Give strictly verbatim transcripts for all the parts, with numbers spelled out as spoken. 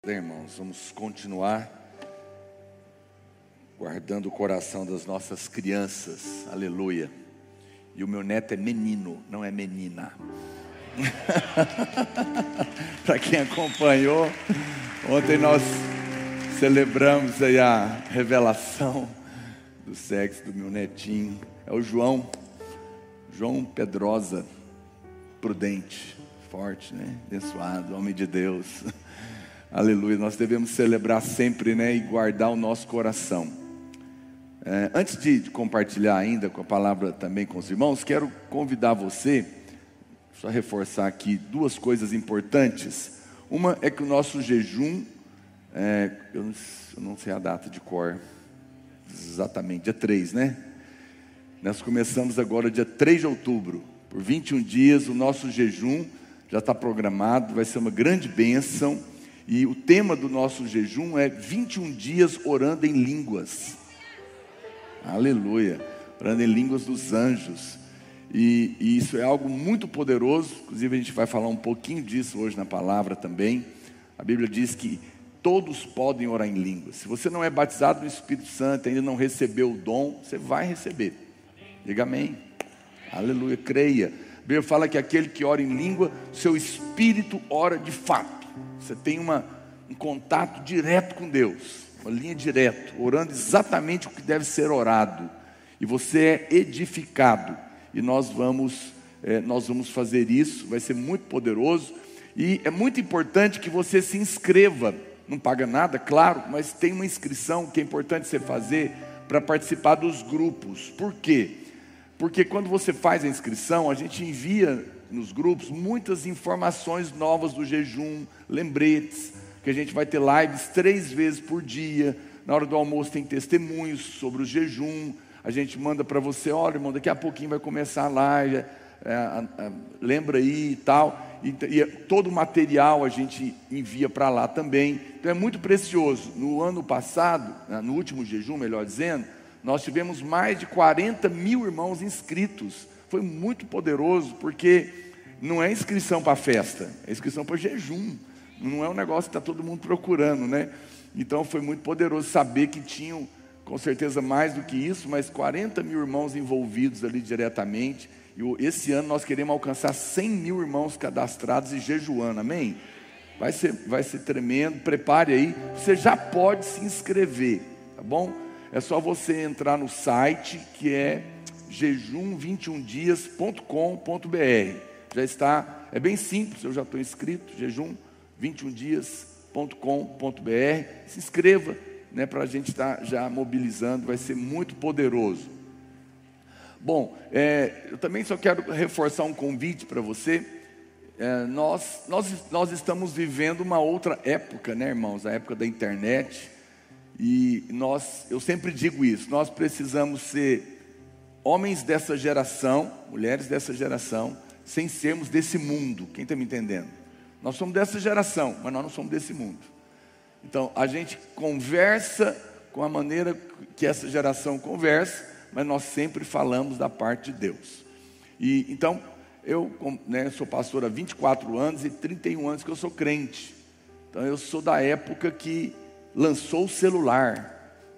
Irmãos, vamos continuar guardando o coração das nossas crianças, aleluia. E o meu neto é menino, não é menina. Para quem acompanhou, ontem nós celebramos aí a revelação do sexo do meu netinho. É o João, João Pedrosa, prudente, forte, né? Abençoado, homem de Deus. Aleluia, nós devemos celebrar sempre, né, e guardar o nosso coração. É, antes de, de compartilhar ainda com a palavra também com os irmãos, quero convidar você, só reforçar aqui duas coisas importantes. Uma é que o nosso jejum, é, eu, não, eu não sei a data de cor, exatamente, dia três, né? Nós começamos agora dia três de outubro, por vinte e um dias, o nosso jejum já está programado, vai ser uma grande bênção. E o tema do nosso jejum é vinte e um dias orando em línguas. Aleluia, orando em línguas dos anjos. E, e isso é algo muito poderoso. Inclusive a gente vai falar um pouquinho disso hoje na palavra também. A Bíblia diz que todos podem orar em línguas. Se você não é batizado no Espírito Santo, ainda não recebeu o dom, você vai receber. Diga amém. Aleluia, creia. A Bíblia fala que aquele que ora em língua, seu espírito ora de fato. Você tem uma, um contato direto com Deus, uma linha direta, orando exatamente o que deve ser orado. E você é edificado. E nós vamos, é, nós vamos fazer isso, vai ser muito poderoso. E é muito importante que você se inscreva. Não paga nada, claro, mas tem uma inscrição que é importante você fazer para participar dos grupos. Por quê? Porque quando você faz a inscrição, a gente envia nos grupos muitas informações novas do jejum, lembretes, que a gente vai ter lives três vezes por dia. Na hora do almoço tem testemunhos sobre o jejum. A gente manda para você, olha irmão, daqui a pouquinho vai começar a live, é, é, é, lembra aí e tal. E, e todo o material a gente envia para lá também. Então é muito precioso. No ano passado, no último jejum, melhor dizendo, nós tivemos mais de quarenta mil irmãos inscritos. Foi muito poderoso, porque não é inscrição para festa, é inscrição para jejum. Não é um negócio que está todo mundo procurando, né? Então foi muito poderoso saber que tinham, com certeza, mais do que isso, mas quarenta mil irmãos envolvidos ali diretamente. E esse ano nós queremos alcançar cem mil irmãos cadastrados e jejuando, amém? Vai ser, vai ser tremendo, prepare aí. Você já pode se inscrever, tá bom? É só você entrar no site, que é jejum vinte e um dias ponto com ponto br. Já está, é bem simples, eu já estou inscrito, jejum vinte e um dias ponto com ponto br. Se inscreva, né, para a gente estar já mobilizando, vai ser muito poderoso. Bom, é, eu também só quero reforçar um convite para você. É, nós, nós, nós estamos vivendo uma outra época, né, irmãos? A época da internet. E nós, eu sempre digo isso, nós precisamos ser homens dessa geração, mulheres dessa geração, sem sermos desse mundo. Quem está me entendendo? Nós somos dessa geração, mas nós não somos desse mundo. Então, a gente conversa com a maneira que essa geração conversa, mas nós sempre falamos da parte de Deus. E então, eu, né, sou pastor há vinte e quatro anos e trinta e um anos que eu sou crente. Então, eu sou da época que lançou o celular.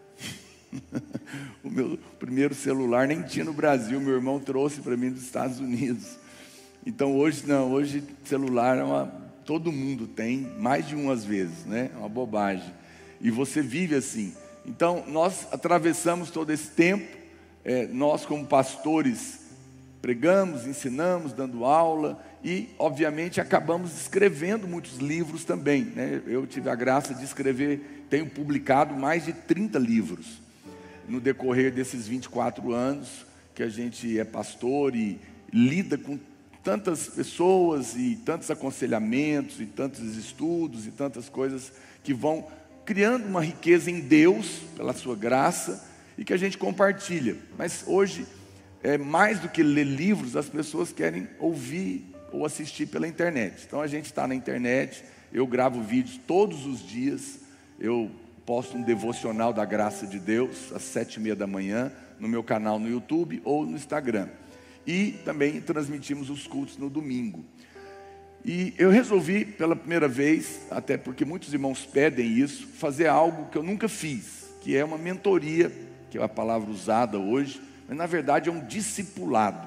O meu primeiro celular nem tinha no Brasil, meu irmão trouxe para mim dos Estados Unidos. Então hoje não, hoje celular é uma, todo mundo tem, mais de umas vezes, né? É uma bobagem. E você vive assim. Então nós atravessamos todo esse tempo, é, nós como pastores pregamos, ensinamos, dando aula e obviamente acabamos escrevendo muitos livros também, né? Eu tive a graça de escrever, tenho publicado mais de trinta livros no decorrer desses vinte e quatro anos que a gente é pastor e lida com tantas pessoas e tantos aconselhamentos e tantos estudos e tantas coisas que vão criando uma riqueza em Deus pela sua graça e que a gente compartilha. Mas hoje, é mais do que ler livros, as pessoas querem ouvir ou assistir pela internet. Então a gente está na internet, eu gravo vídeos todos os dias, eu posto um devocional da graça de Deus às sete e meia da manhã no meu canal no YouTube ou no Instagram. E também transmitimos os cultos no domingo. E eu resolvi, pela primeira vez, até porque muitos irmãos pedem isso, fazer algo que eu nunca fiz, que é uma mentoria, que é a palavra usada hoje, mas na verdade é um discipulado,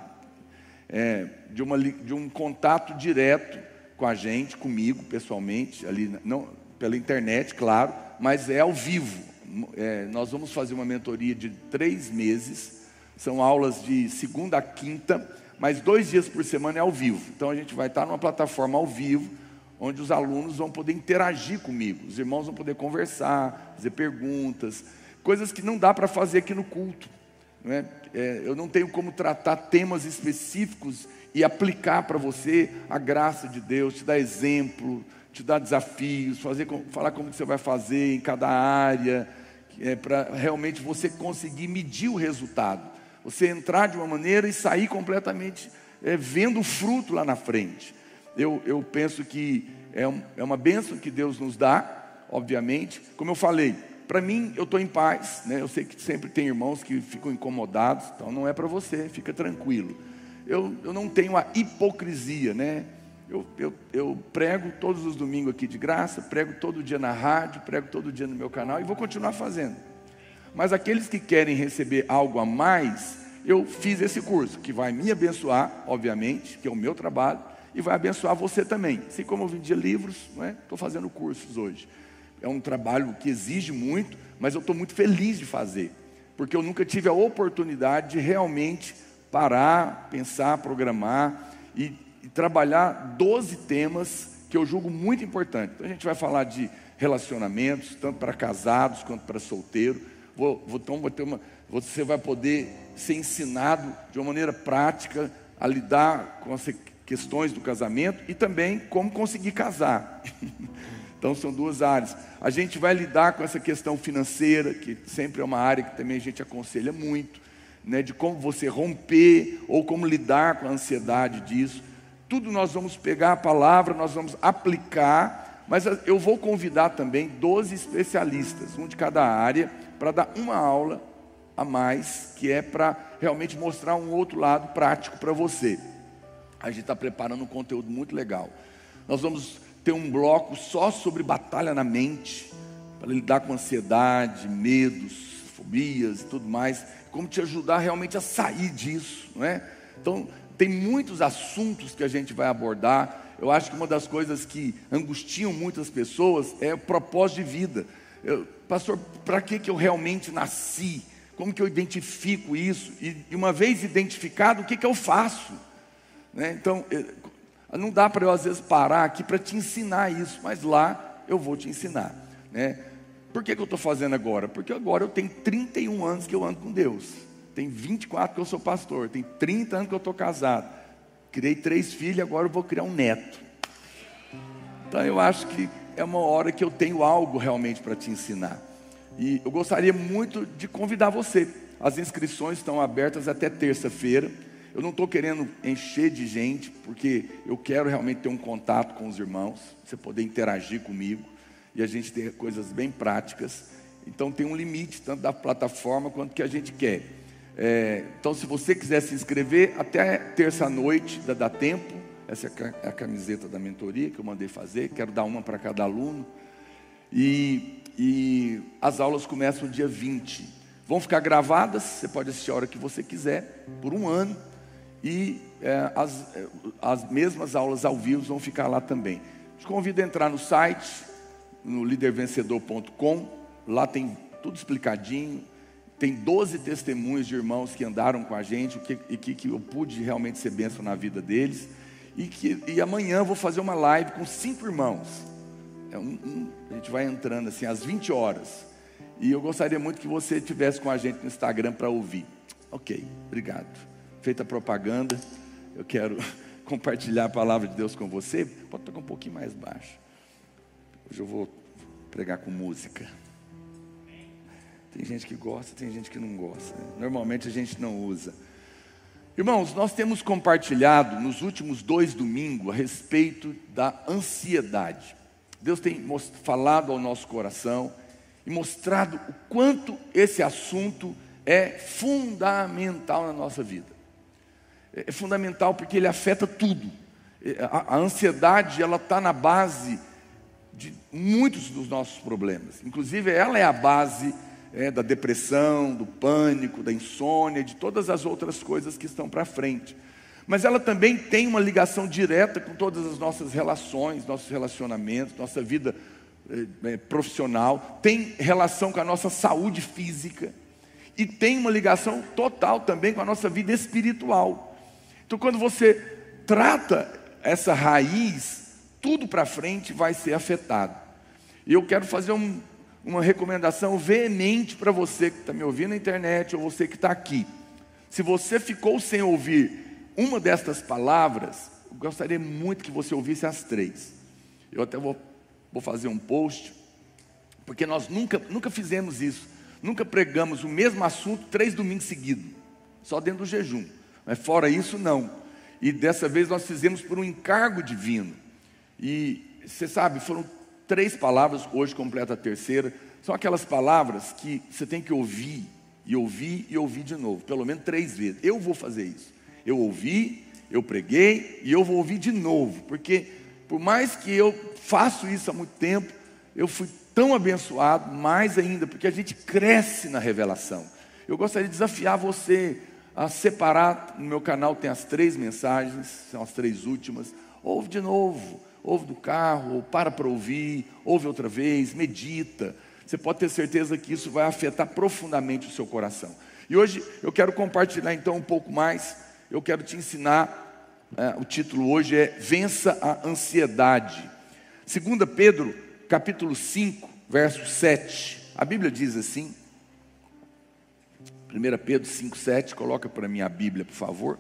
é, de, uma, de um contato direto com a gente, comigo pessoalmente, ali, não, pela internet, claro, mas é ao vivo. É, nós vamos fazer uma mentoria de três meses, são aulas de segunda a quinta, mas dois dias por semana é ao vivo. Então a gente vai estar numa plataforma ao vivo, onde os alunos vão poder interagir comigo, os irmãos vão poder conversar, fazer perguntas, coisas que não dá para fazer aqui no culto, não é? É, eu não tenho como tratar temas específicos e aplicar para você a graça de Deus, te dar exemplo, te dar desafios, fazer, falar como você vai fazer em cada área, é, para realmente você conseguir medir o resultado. Você entrar de uma maneira e sair completamente é, vendo o fruto lá na frente. Eu, eu penso que é, um, é uma bênção que Deus nos dá, obviamente. Como eu falei, para mim eu estou em paz, né? Eu sei que sempre tem irmãos que ficam incomodados, então não é para você, fica tranquilo. Eu, eu não tenho a hipocrisia, né? Eu, eu, eu prego todos os domingos aqui de graça, prego todo dia na rádio, prego todo dia no meu canal e vou continuar fazendo. Mas aqueles que querem receber algo a mais, eu fiz esse curso, que vai me abençoar, obviamente, que é o meu trabalho, e vai abençoar você também. Assim como eu vendia livros, não é? Estou fazendo cursos hoje. É um trabalho que exige muito, mas eu estou muito feliz de fazer, porque eu nunca tive a oportunidade de realmente parar, pensar, programar e, e trabalhar doze temas que eu julgo muito importantes. Então a gente vai falar de relacionamentos, tanto para casados quanto para solteiros. Vou, vou, então, vou ter uma, você vai poder ser ensinado de uma maneira prática a lidar com as questões do casamento e também como conseguir casar. Então são duas áreas. A gente vai lidar com essa questão financeira, que sempre é uma área que também a gente aconselha muito, né, de como você romper ou como lidar com a ansiedade disso. Tudo nós vamos pegar a palavra, nós vamos aplicar, mas eu vou convidar também doze especialistas, um de cada área, para dar uma aula a mais, que é para realmente mostrar um outro lado prático para você. A gente está preparando um conteúdo muito legal. Nós vamos ter um bloco só sobre batalha na mente, para lidar com ansiedade, medos, fobias e tudo mais, como te ajudar realmente a sair disso, não é? Então, tem muitos assuntos que a gente vai abordar. Eu acho que uma das coisas que angustiam muitas pessoas é o propósito de vida. Eu, pastor, para que, que eu realmente nasci? Como que eu identifico isso? E, e uma vez identificado, o que, que eu faço? Né? Então, eu, não dá para eu às vezes parar aqui para te ensinar isso, mas lá eu vou te ensinar, né? Por que, que eu estou fazendo agora? Porque agora eu tenho trinta e um anos que eu ando com Deus, tem vinte e quatro que eu sou pastor, tem trinta anos que eu estou casado, criei três filhos, agora eu vou criar um neto. Então eu acho que é uma hora que eu tenho algo realmente para te ensinar. E eu gostaria muito de convidar você. As inscrições estão abertas até terça-feira. Eu não estou querendo encher de gente, porque eu quero realmente ter um contato com os irmãos, você poder interagir comigo, e a gente ter coisas bem práticas. Então tem um limite, tanto da plataforma quanto que a gente quer. É, então se você quiser se inscrever, até terça-noite dá, dá tempo. Essa é a camiseta da mentoria que eu mandei fazer, quero dar uma para cada aluno. E, e as aulas começam no dia vinte. Vão ficar gravadas, você pode assistir a hora que você quiser, por um ano. E é, as, as mesmas aulas ao vivo vão ficar lá também. Te convido a entrar no site, no líder vencedor ponto com. Lá tem tudo explicadinho. Tem doze testemunhos de irmãos que andaram com a gente, que, e que, que eu pude realmente ser bênção na vida deles. E, que, e amanhã eu vou fazer uma live com cinco irmãos. É um, um, a gente vai entrando assim às vinte horas. E eu gostaria muito que você estivesse com a gente no Instagram para ouvir. Ok, obrigado. Feita a propaganda, eu quero compartilhar a palavra de Deus com você. Pode tocar um pouquinho mais baixo. Hoje eu vou pregar com música. Tem gente que gosta, tem gente que não gosta. Normalmente a gente não usa. Irmãos, nós temos compartilhado nos últimos dois domingos a respeito da ansiedade. Deus tem falado ao nosso coração e mostrado o quanto esse assunto é fundamental na nossa vida. É fundamental porque ele afeta tudo. A, a ansiedade, ela está na base de muitos dos nossos problemas. Inclusive, ela é a base é, da depressão, do pânico, da insônia, de todas as outras coisas que estão para frente. Mas ela também tem uma ligação direta com todas as nossas relações, nossos relacionamentos, nossa vida é, profissional, tem relação com a nossa saúde física e tem uma ligação total também com a nossa vida espiritual. Então, quando você trata essa raiz, tudo para frente vai ser afetado. E eu quero fazer um, uma recomendação veemente para você que está me ouvindo na internet ou você que está aqui. Se você ficou sem ouvir uma destas palavras, eu gostaria muito que você ouvisse as três. Eu até vou, vou fazer um post, porque nós nunca, nunca fizemos isso. Nunca pregamos o mesmo assunto três domingos seguidos, só dentro do jejum. Mas fora isso, não. E dessa vez nós fizemos por um encargo divino. E você sabe, foram três palavras, hoje completa a terceira. São aquelas palavras que você tem que ouvir, e ouvir, e ouvir de novo. Pelo menos três vezes. Eu vou fazer isso. Eu ouvi, eu preguei e eu vou ouvir de novo, porque por mais que eu faço isso há muito tempo, eu fui tão abençoado, mais ainda, porque a gente cresce na revelação. Eu gostaria de desafiar você a separar, no meu canal tem as três mensagens, são as três últimas, ouve de novo, ouve do carro, ou para para ouvir, ouve outra vez, medita. Você pode ter certeza que isso vai afetar profundamente o seu coração. E hoje eu quero compartilhar então um pouco mais. Eu quero te ensinar, é, o título hoje é Vença a Ansiedade. Segunda Pedro, capítulo cinco, verso sete. A Bíblia diz assim, Primeira Pedro cinco, sete, coloca para mim a Bíblia, por favor.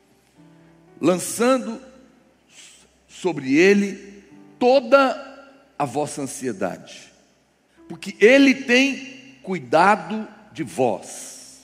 Lançando sobre ele toda a vossa ansiedade, porque ele tem cuidado de vós.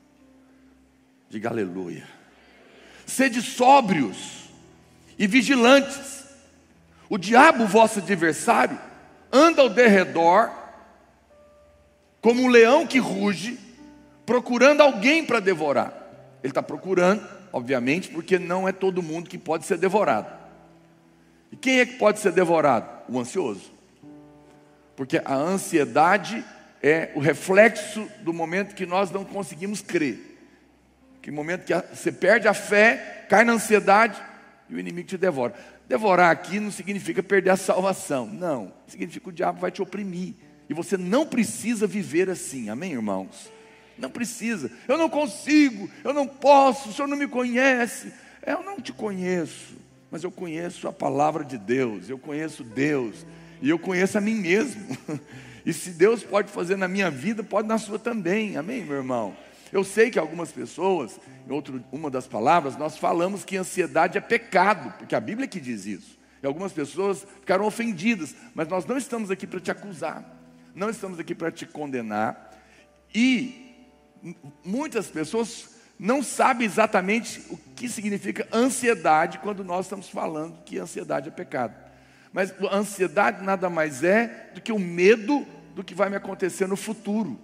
Diga aleluia. Sede sóbrios e vigilantes. O diabo, vosso adversário, anda ao derredor como um leão que ruge, procurando alguém para devorar. Ele está procurando, obviamente, porque não é todo mundo que pode ser devorado. E quem é que pode ser devorado? O ansioso. Porque a ansiedade é o reflexo do momento que nós não conseguimos crer. Que momento que você perde a fé, cai na ansiedade e o inimigo te devora. Devorar aqui não significa perder a salvação. Não, significa que o diabo vai te oprimir. E você não precisa viver assim, amém, irmãos? Não precisa. Eu não consigo, eu não posso, o senhor não me conhece. Eu não te conheço, mas eu conheço a palavra de Deus, eu conheço Deus, e eu conheço a mim mesmo. E se Deus pode fazer na minha vida, pode na sua também, amém, meu irmão? Eu sei que algumas pessoas, em outro, uma das palavras, nós falamos que ansiedade é pecado, porque a Bíblia que diz isso. E algumas pessoas ficaram ofendidas, mas nós não estamos aqui para te acusar, não estamos aqui para te condenar. E muitas pessoas não sabem exatamente o que significa ansiedade quando nós estamos falando que ansiedade é pecado. Mas a ansiedade nada mais é do que o medo do que vai me acontecer no futuro.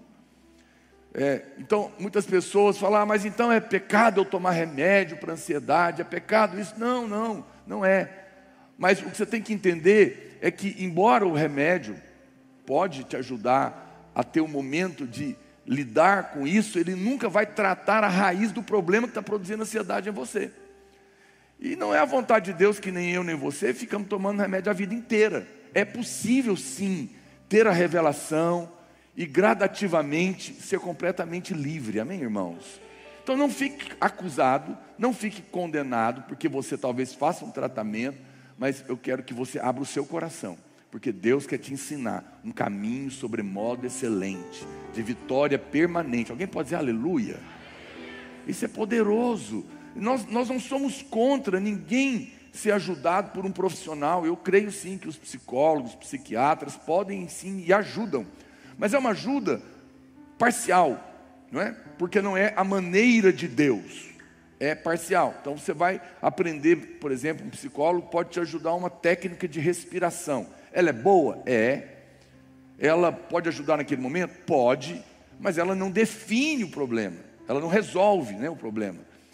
É, então, muitas pessoas falam, ah, mas então é pecado eu tomar remédio para ansiedade, é pecado isso? Não, não, não é. Mas o que você tem que entender é que, embora o remédio pode te ajudar a ter um momento de lidar com isso, ele nunca vai tratar a raiz do problema que está produzindo ansiedade em você. E não é a vontade de Deus que nem eu nem você ficamos tomando remédio a vida inteira. É possível sim ter a revelação e gradativamente ser completamente livre, amém, irmãos? Então não fique acusado, não fique condenado, porque você talvez faça um tratamento, mas eu quero que você abra o seu coração, porque Deus quer te ensinar um caminho sobremodo excelente, de vitória permanente. Alguém pode dizer aleluia? Isso é poderoso. Nós, nós não somos contra ninguém ser ajudado por um profissional. Eu creio sim que os psicólogos, psiquiatras podem sim e ajudam, mas é uma ajuda parcial, não é? Porque não é a maneira de Deus, é parcial. Então você vai aprender, por exemplo, um psicólogo pode te ajudar uma técnica de respiração. Ela é boa? É. Ela pode ajudar naquele momento? Pode, mas ela não define o problema, ela não resolve, né, o problema.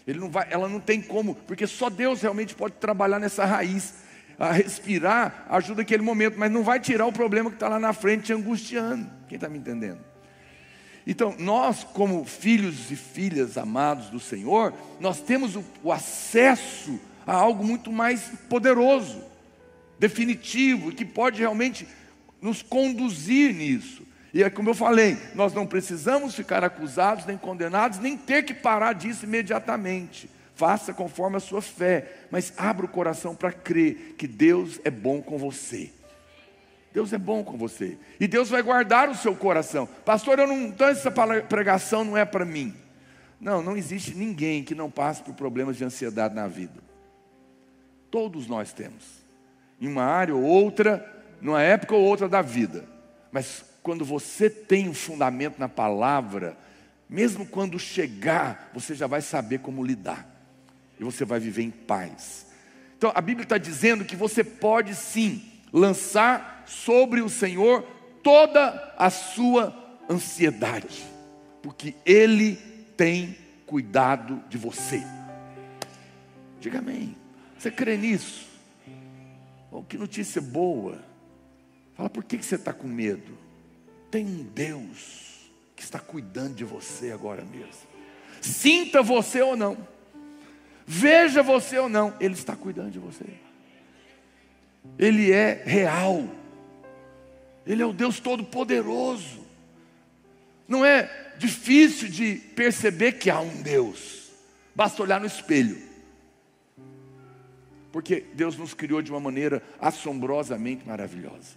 Ele não vai, ela não tem como, porque só Deus realmente pode trabalhar nessa raiz. A respirar ajuda aquele momento, mas não vai tirar o problema que está lá na frente te angustiando. Quem está me entendendo? Então, nós como filhos e filhas amados do Senhor, nós temos o, o acesso a algo muito mais poderoso, definitivo, que pode realmente nos conduzir nisso. E é como eu falei, nós não precisamos ficar acusados, nem condenados, nem ter que parar disso imediatamente. Faça conforme a sua fé, mas abra o coração para crer que Deus é bom com você. Deus é bom com você. E Deus vai guardar o seu coração. Pastor, eu não, então essa pregação não é para mim. Não, não existe ninguém que não passe por problemas de ansiedade na vida. Todos nós temos. Em uma área ou outra, numa época ou outra da vida. Mas quando você tem um fundamento na palavra, mesmo quando chegar, você já vai saber como lidar. E você vai viver em paz. Então a Bíblia está dizendo que você pode sim lançar sobre o Senhor toda a sua ansiedade, porque Ele tem cuidado de você. Diga amém. Você crê nisso? Oh, que notícia boa. Fala, por que você está com medo? Tem um Deus que está cuidando de você agora mesmo. Sinta você ou não, veja você ou não, Ele está cuidando de você. Ele é real. Ele é o Deus Todo-Poderoso. Não é difícil de perceber que há um Deus. Basta olhar no espelho. Porque Deus nos criou de uma maneira assombrosamente maravilhosa.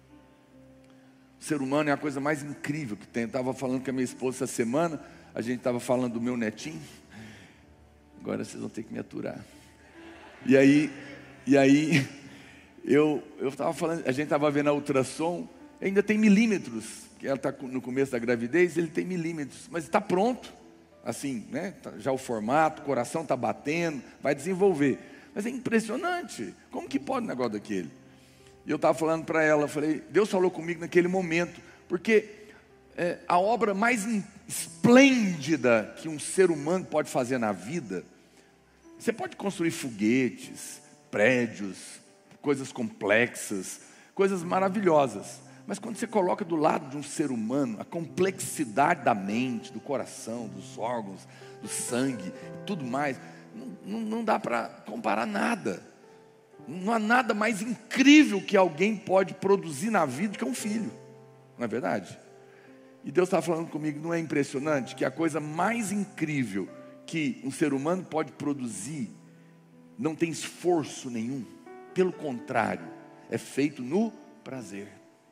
O ser humano é a coisa mais incrível que tem. Eu estava falando com a minha esposa essa semana. A gente estava falando do meu netinho. Agora vocês vão ter que me aturar. E aí, e aí eu eu estava falando, a gente estava vendo a ultrassom, ainda tem milímetros, que ela está no começo da gravidez, ele tem milímetros, mas está pronto, assim, né? Tá, já o formato, o coração está batendo, vai desenvolver. Mas é impressionante, como que pode um negócio daquele? E eu estava falando para ela, falei, Deus falou comigo naquele momento, porque é, a obra mais esplêndida que um ser humano pode fazer na vida, você pode construir foguetes, prédios, coisas complexas, coisas maravilhosas, mas quando você coloca do lado de um ser humano, a complexidade da mente, do coração, dos órgãos, do sangue, tudo mais, não, não dá para comparar nada. Não há nada mais incrível que alguém pode produzir na vida do que um filho, não é verdade? E Deus está falando comigo, não é impressionante que a coisa mais incrível que um ser humano pode produzir não tem esforço nenhum, pelo contrário, é feito no prazer.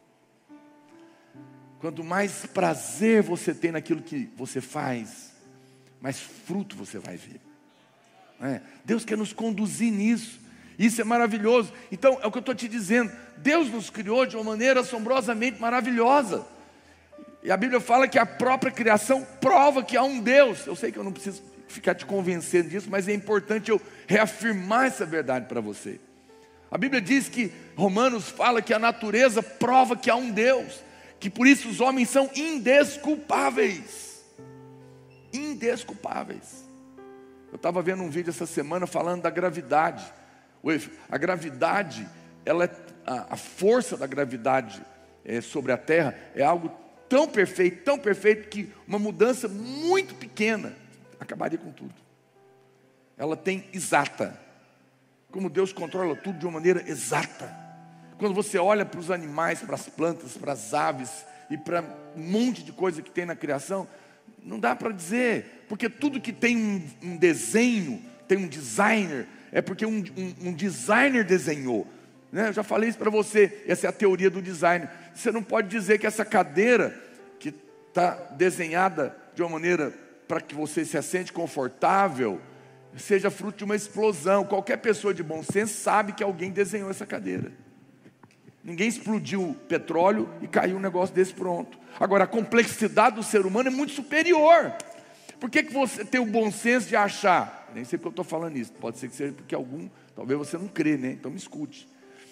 Quanto mais prazer você tem naquilo que você faz, mais fruto você vai ver. Não é? Deus quer nos conduzir nisso. Isso é maravilhoso. Então, é o que eu estou te dizendo. Deus nos criou de uma maneira assombrosamente maravilhosa. E a Bíblia fala que a própria criação prova que há um Deus. Eu sei que eu não preciso ficar te convencendo disso, mas é importante eu reafirmar essa verdade para você. A Bíblia diz que, Romanos fala que a natureza prova que há um Deus, que por isso os homens são indesculpáveis. Indesculpáveis. Eu estava vendo um vídeo essa semana falando da gravidade. A gravidade, ela é, a, a força da gravidade é, sobre a Terra é algo tão perfeito, tão perfeito, que uma mudança muito pequena acabaria com tudo. Ela tem exata. Como Deus controla tudo de uma maneira exata. Quando você olha para os animais, para as plantas, para as aves e para um monte de coisa que tem na criação, não dá para dizer, porque tudo que tem um, um desenho, tem um designer, é porque um, um, um designer desenhou, né? Eu já falei isso para você, essa é a teoria do designer. Você não pode dizer que essa cadeira, que está desenhada de uma maneira para que você se assente confortável, seja fruto de uma explosão. Qualquer pessoa de bom senso sabe que alguém desenhou essa cadeira. Ninguém explodiu petróleo e caiu um negócio desse pronto. Agora, a complexidade do ser humano é muito superior. Por que que você tem o bom senso de achar? Nem sei porque eu estou falando isso. Pode ser que seja porque algum, talvez você não crê, né? Então me escute.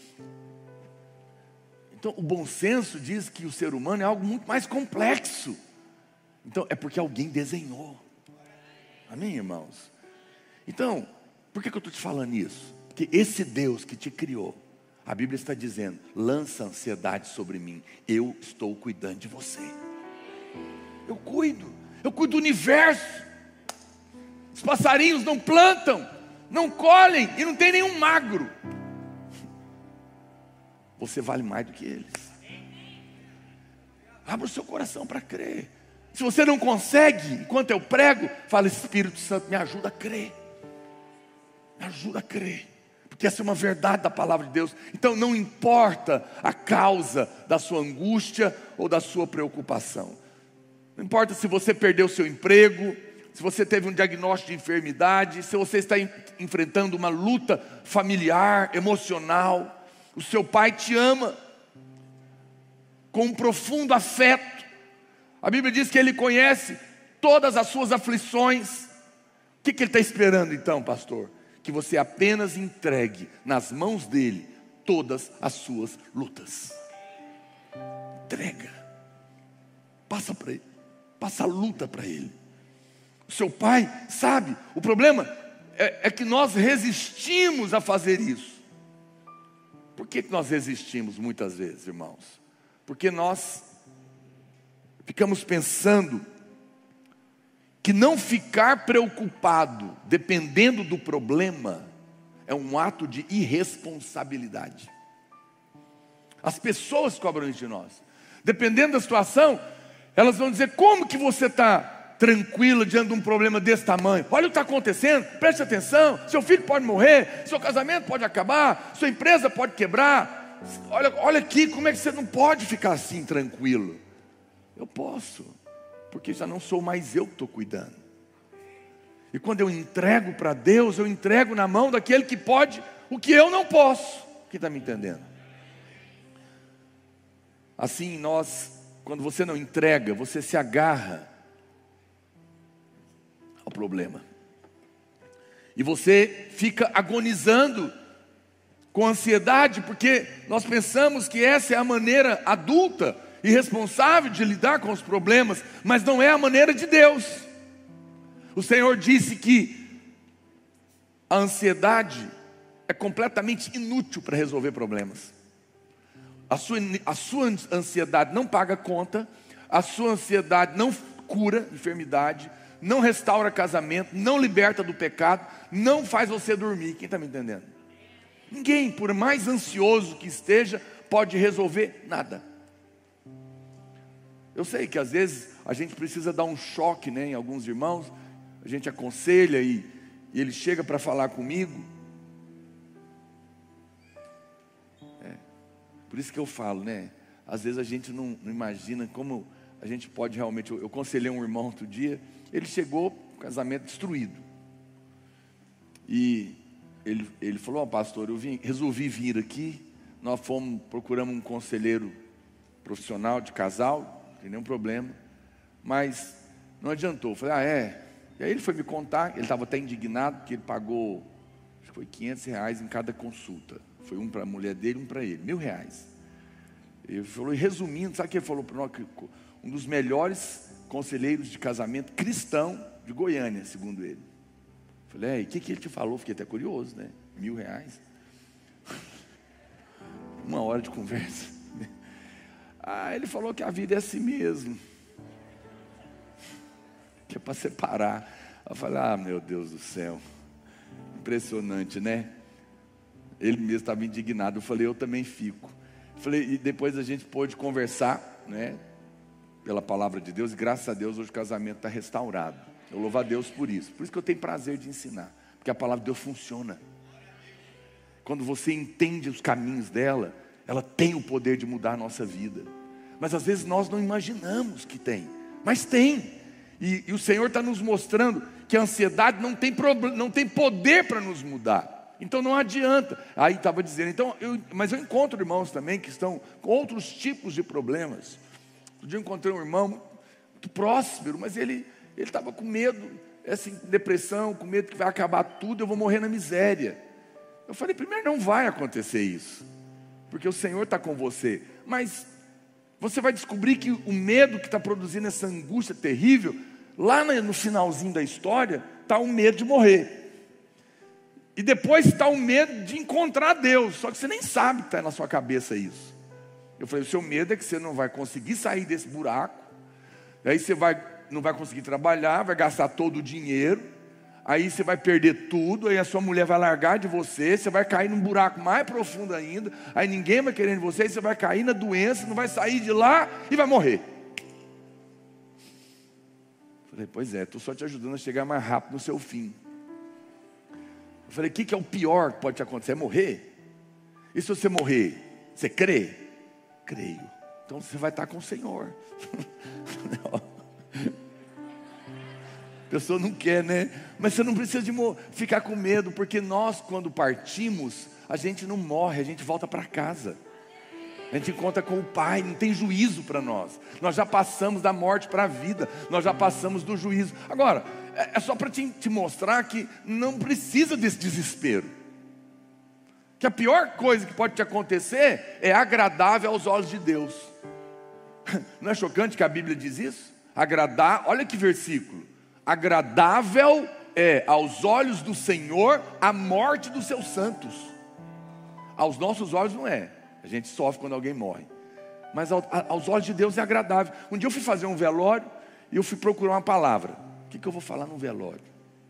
Então o bom senso diz que o ser humano é algo muito mais complexo. Então é porque alguém desenhou. Amém, irmãos? Então, por que que eu estou te falando isso? Porque esse Deus que te criou, a Bíblia está dizendo, lança ansiedade sobre mim, eu estou cuidando de você. Eu cuido, eu cuido do universo. Os passarinhos não plantam, não colhem e não tem nenhum magro. Você vale mais do que eles. Abra o seu coração para crer. Se você não consegue, enquanto eu prego, fala, Espírito Santo, me ajuda a crer. Me ajuda a crer. Porque essa é uma verdade da palavra de Deus. Então não importa a causa da sua angústia ou da sua preocupação. Não importa se você perdeu seu emprego, se você teve um diagnóstico de enfermidade, se você está enfrentando uma luta familiar, emocional. O seu pai te ama com um profundo afeto. A Bíblia diz que Ele conhece todas as suas aflições. O que, que Ele está esperando então, pastor? Que você apenas entregue nas mãos dEle todas as suas lutas. Entrega. Passa para Ele. Passa a luta para Ele. O seu pai sabe. O problema é, é que nós resistimos a fazer isso. Por que que nós resistimos muitas vezes, irmãos? Porque nós ficamos pensando que não ficar preocupado, dependendo do problema, é um ato de irresponsabilidade. As pessoas cobram isso de nós. Dependendo da situação, elas vão dizer, como que você está tranquila diante de um problema desse tamanho? Olha o que está acontecendo, preste atenção, seu filho pode morrer, seu casamento pode acabar, sua empresa pode quebrar. Olha, olha aqui, como é que você não pode ficar assim tranquilo? Eu posso, porque já não sou mais eu que estou cuidando. E quando eu entrego para Deus, eu entrego na mão daquele que pode o que eu não posso. Quem está me entendendo? Assim nós, quando você não entrega, você se agarra ao problema. E você fica agonizando com ansiedade, porque nós pensamos que essa é a maneira adulta e responsável de lidar com os problemas, mas não é a maneira de Deus. O Senhor disse que a ansiedade é completamente inútil para resolver problemas. A sua, a sua ansiedade não paga conta, a sua ansiedade não cura enfermidade, não restaura casamento, não liberta do pecado, não faz você dormir. Quem está me entendendo? Ninguém, por mais ansioso que esteja, pode resolver nada. Eu sei que às vezes a gente precisa dar um choque, né, em alguns irmãos. A gente aconselha e, e ele chega para falar comigo. É, por isso que eu falo, né? Às vezes a gente não, não imagina como a gente pode realmente... Eu, eu aconselhei um irmão outro dia, ele chegou com o casamento destruído. E ele, ele falou, ó, pastor, eu vim, resolvi vir aqui. Nós fomos, procuramos um conselheiro profissional de casal, não tem nenhum problema. Mas não adiantou. Eu falei, ah, é... E aí ele foi me contar, ele estava até indignado, porque ele pagou, acho que foi quinhentos reais em cada consulta. Foi um para a mulher dele, um para ele, mil reais. Ele falou, e resumindo, sabe o que ele falou para nós? Um dos melhores conselheiros de casamento cristão de Goiânia, segundo ele. Eu falei, e o que, que ele te falou? Fiquei até curioso, né? Mil reais. Uma hora de conversa. Ah, ele falou que a vida é assim mesmo. Que é para separar. Eu falei, ah, meu Deus do céu, impressionante, né? Ele mesmo estava indignado. Eu falei, eu também fico. Eu falei, e depois a gente pôde conversar, né? Pela palavra de Deus, e graças a Deus hoje o casamento está restaurado. Eu louvo a Deus por isso. Por isso que eu tenho prazer de ensinar, porque a palavra de Deus funciona. Quando você entende os caminhos dela, ela tem o poder de mudar a nossa vida. Mas às vezes nós não imaginamos que tem, mas tem. E, e o Senhor está nos mostrando que a ansiedade não tem, problem, não tem poder para nos mudar. Então não adianta. Aí estava dizendo, então, eu, mas eu encontro irmãos também que estão com outros tipos de problemas. Um dia eu encontrei um irmão muito próspero, mas ele estava com medo, assim, depressão, com medo que vai acabar tudo, eu vou morrer na miséria. Eu falei, primeiro não vai acontecer isso, porque o Senhor está com você. Mas você vai descobrir que o medo que está produzindo essa angústia terrível, lá no finalzinho da história, está o medo de morrer. E depois está o medo de encontrar Deus, só que você nem sabe que está na sua cabeça isso. Eu falei, o seu medo é que você não vai conseguir sair desse buraco, aí você vai, não vai conseguir trabalhar, vai gastar todo o dinheiro, aí você vai perder tudo, aí a sua mulher vai largar de você, você vai cair num buraco mais profundo ainda, aí ninguém vai querer você, aí você vai cair na doença, não vai sair de lá e vai morrer. Eu falei, pois é, estou só te ajudando a chegar mais rápido no seu fim. Eu falei, o que, que é o pior que pode te acontecer? É morrer? E se você morrer, você crê? Creio. Então você vai estar com o Senhor. A pessoa não quer, né? Mas você não precisa de ficar com medo, porque nós, quando partimos, a gente não morre, a gente volta para casa. A gente encontra com o Pai, não tem juízo para nós. Nós já passamos da morte para a vida, nós já passamos do juízo. Agora, é só para te, te mostrar que não precisa desse desespero. Que a pior coisa que pode te acontecer é agradável aos olhos de Deus. Não é chocante que a Bíblia diz isso? Agradar, olha que versículo. Agradável é aos olhos do Senhor a morte dos seus santos. Aos nossos olhos não é. A gente sofre quando alguém morre. Mas aos olhos de Deus é agradável. Um dia eu fui fazer um velório e eu fui procurar uma palavra. O que, que eu vou falar no velório?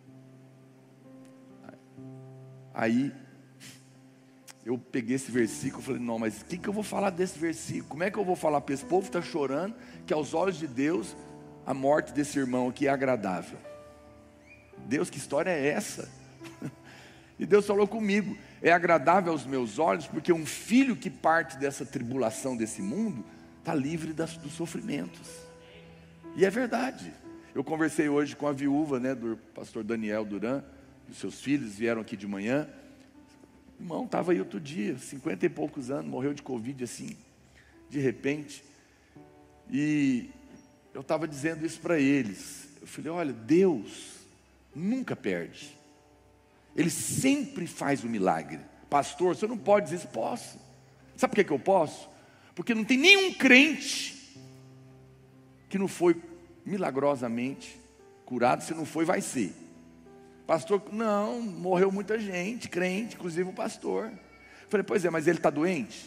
Aí eu peguei esse versículo e falei, não, mas o que, que eu vou falar desse versículo? Como é que eu vou falar para esse povo que está chorando, que aos olhos de Deus a morte desse irmão aqui é agradável? Deus, que história é essa? E Deus falou comigo, é agradável aos meus olhos, porque um filho que parte dessa tribulação desse mundo, está livre das, dos sofrimentos. E é verdade. Eu conversei hoje com a viúva, né, do pastor Daniel Duran, e os seus filhos vieram aqui de manhã. O irmão estava aí outro dia, cinquenta e poucos anos, morreu de Covid assim, de repente. E eu estava dizendo isso para eles. Eu falei, olha, Deus nunca perde. Ele sempre faz o milagre. Pastor, você não pode dizer isso. Posso. Sabe por que, que eu posso? Porque não tem nenhum crente que não foi milagrosamente curado. Se não foi, vai ser. Pastor, não, morreu muita gente, crente, inclusive o pastor. Eu falei, pois é, mas ele está doente?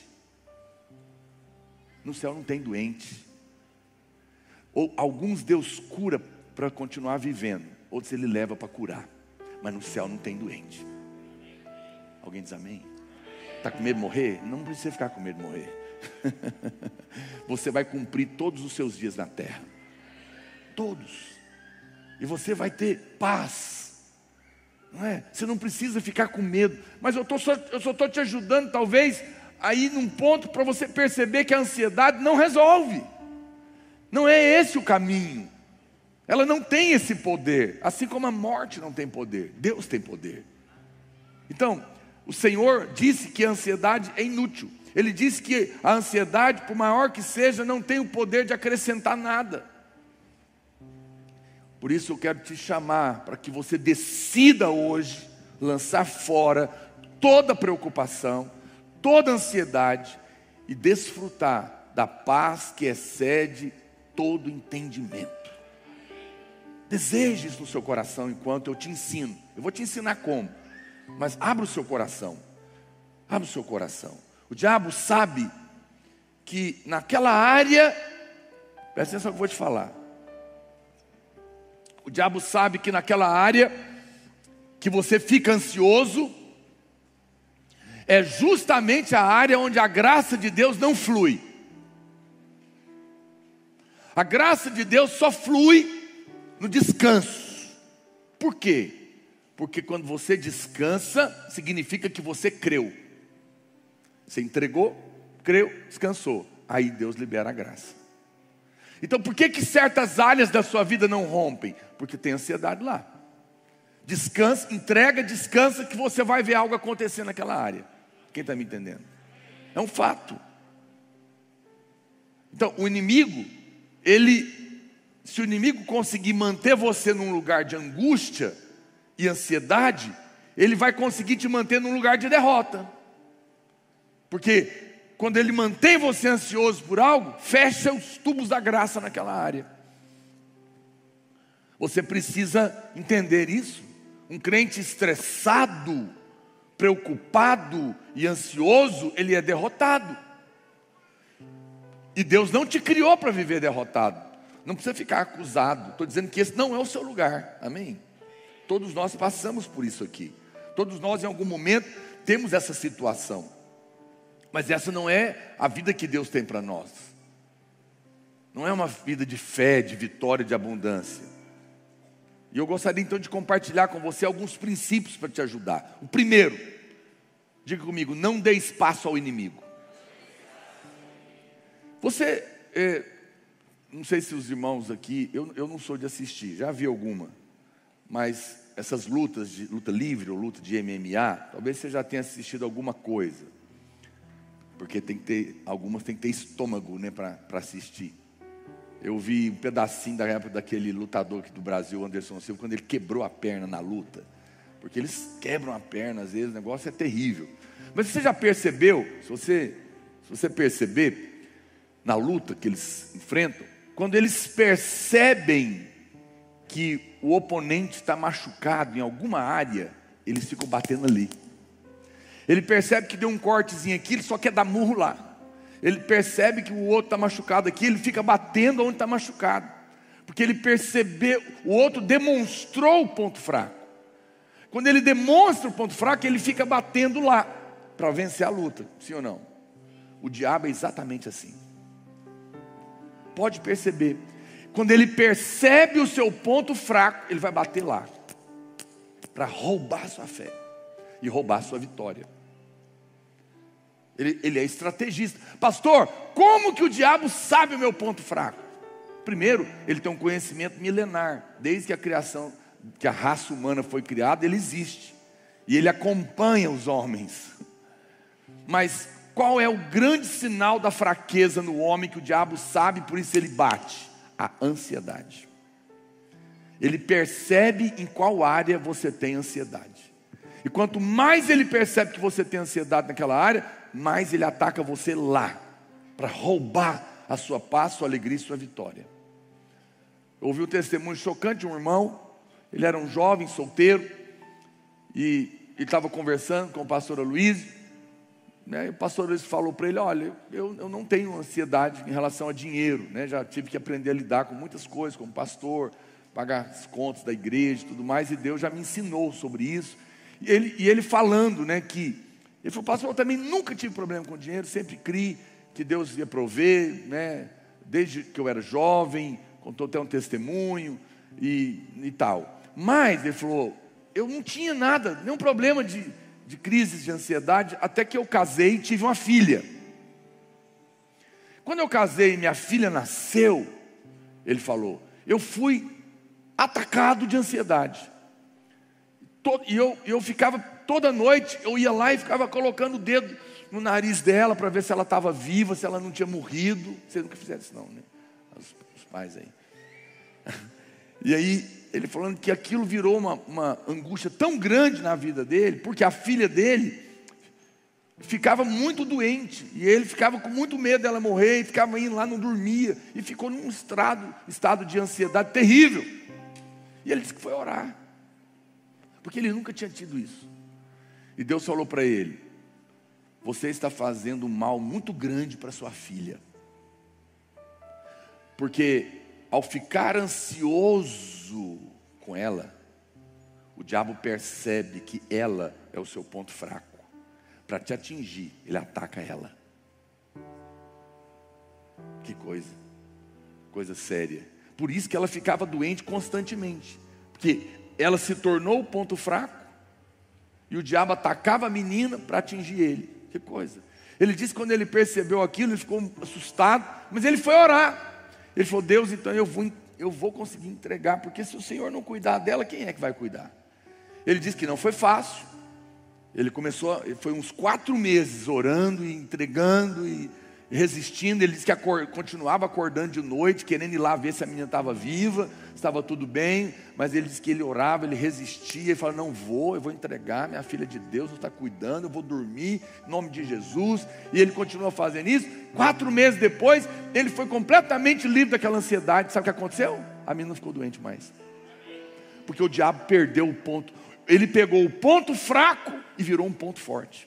No céu não tem doente. Ou alguns Deus cura para continuar vivendo, outros Ele leva para curar. Mas no céu não tem doente. Alguém diz amém? Está com medo de morrer? Não precisa ficar com medo de morrer. Você vai cumprir todos os seus dias na terra. Todos. E você vai ter paz. Não é? Você não precisa ficar com medo. Mas eu, tô só, eu só estou te ajudando, talvez, a ir num ponto para você perceber que a ansiedade não resolve. Não é esse o caminho. Ela não tem esse poder, assim como a morte não tem poder. Deus tem poder. Então, o Senhor disse que a ansiedade é inútil. Ele disse que a ansiedade, por maior que seja, não tem o poder de acrescentar nada. Por isso eu quero te chamar para que você decida hoje lançar fora toda preocupação, toda ansiedade e desfrutar da paz que excede todo entendimento. Deseje isso no seu coração enquanto eu te ensino. Eu vou te ensinar como. Mas abra o seu coração. Abra o seu coração. O diabo sabe que naquela área, presta atenção no que eu vou te falar. O diabo sabe que naquela área que você fica ansioso, é justamente a área onde a graça de Deus não flui. A graça de Deus só flui no descanso. Por quê? Porque quando você descansa, significa que você creu. Você entregou, creu, descansou. Aí Deus libera a graça. Então por que que certas áreas da sua vida não rompem? Porque tem ansiedade lá. Descansa, entrega, descansa, que você vai ver algo acontecer naquela área. Quem está me entendendo? É um fato. Então o inimigo, ele... Se o inimigo conseguir manter você num lugar de angústia e ansiedade, ele vai conseguir te manter num lugar de derrota. Porque quando ele mantém você ansioso por algo, fecha os tubos da graça naquela área. Você precisa entender isso. Um crente estressado preocupado e ansioso, ele é derrotado. E Deus não te criou para viver derrotado. Não precisa ficar acusado. Estou dizendo que esse não é o seu lugar. Amém? Todos nós passamos por isso aqui. Todos nós em algum momento temos essa situação. Mas essa não é a vida que Deus tem para nós. Não é uma vida de fé, de vitória, de abundância. E eu gostaria então de compartilhar com você alguns princípios para te ajudar. O primeiro, diga comigo, não dê espaço ao inimigo. Você, é, não sei se os irmãos aqui, eu, eu não sou de assistir, já vi alguma. Mas essas lutas, de luta livre ou luta de M M A, talvez você já tenha assistido alguma coisa. Porque tem que ter, algumas tem que ter estômago, né, para assistir. Eu vi um pedacinho da época daquele lutador aqui do Brasil, Anderson Silva, quando ele quebrou a perna na luta. Porque eles quebram a perna, às vezes, o negócio é terrível. Mas você já percebeu, se você, se você perceber, na luta que eles enfrentam, quando eles percebem que o oponente está machucado em alguma área, eles ficam batendo ali. Ele percebe que deu um cortezinho aqui, ele só quer dar murro lá. Ele percebe que o outro está machucado aqui, ele fica batendo onde está machucado. Porque ele percebeu, o outro demonstrou o ponto fraco. Quando ele demonstra o ponto fraco, ele fica batendo lá, para vencer a luta, sim ou não? O diabo é exatamente assim. Pode perceber. Quando ele percebe o seu ponto fraco, ele vai bater lá, para roubar a sua fé e roubar a sua vitória. Ele, ele é estrategista. Pastor, como que o diabo sabe o meu ponto fraco? Primeiro, ele tem um conhecimento milenar. Desde que a criação, que a raça humana foi criada, ele existe. E ele acompanha os homens. Mas qual é o grande sinal da fraqueza no homem que o diabo sabe, por isso ele bate? A ansiedade. Ele percebe em qual área você tem ansiedade. E quanto mais ele percebe que você tem ansiedade naquela área, mais ele ataca você lá, para roubar a sua paz, sua alegria e sua vitória. Eu ouvi um testemunho chocante de um irmão. Ele era um jovem, solteiro, e ele estava conversando com o pastor Aloysio, né? E o pastor Aloysio falou para ele: olha, eu, eu não tenho ansiedade em relação a dinheiro, né? Já tive que aprender a lidar com muitas coisas, como pastor, pagar as contas da igreja e tudo mais, e Deus já me ensinou sobre isso. E ele, e ele falando, né, que ele falou: pastor, eu também nunca tive problema com dinheiro, sempre criei que Deus ia prover, né? Desde que eu era jovem, contou até um testemunho e, e tal. Mas ele falou: eu não tinha nada, nenhum problema de, de crises de ansiedade, até que eu casei e tive uma filha. Quando eu casei e minha filha nasceu, ele falou, eu fui atacado de ansiedade. E eu, eu ficava, toda noite, eu ia lá e ficava colocando o dedo no nariz dela para ver se ela estava viva, se ela não tinha morrido. Vocês nunca fizeram isso não, né? Os, os pais aí. E aí, ele falando que aquilo virou uma, uma angústia tão grande na vida dele, porque a filha dele ficava muito doente, e ele ficava com muito medo dela morrer, e ficava indo lá, não dormia, e ficou num estado, estado de ansiedade terrível. E ele disse que foi orar, porque ele nunca tinha tido isso. E Deus falou para ele: você está fazendo um mal muito grande para sua filha, porque ao ficar ansioso com ela, o diabo percebe que ela é o seu ponto fraco. Para te atingir, ele ataca ela. Que coisa, coisa séria. Por isso que ela ficava doente constantemente, porque ela se tornou o ponto fraco, e o diabo atacava a menina para atingir ele. Que coisa. Ele disse que quando ele percebeu aquilo, ele ficou assustado, mas ele foi orar. Ele falou: Deus, então eu vou, eu vou conseguir entregar, porque se o Senhor não cuidar dela, quem é que vai cuidar? Ele disse que não foi fácil. Ele começou, foi uns quatro meses orando e entregando e resistindo. Ele disse que acor, continuava acordando de noite, querendo ir lá ver se a menina estava viva, estava tudo bem. Mas ele disse que ele orava, ele resistia, ele falava: não vou, eu vou entregar, minha filha de Deus está cuidando, eu vou dormir, em nome de Jesus. E ele continuou fazendo isso. Quatro meses depois, ele foi completamente livre daquela ansiedade. Sabe o que aconteceu? A menina não ficou doente mais, porque o diabo perdeu o ponto. ele pegou o ponto fraco e virou um ponto forte.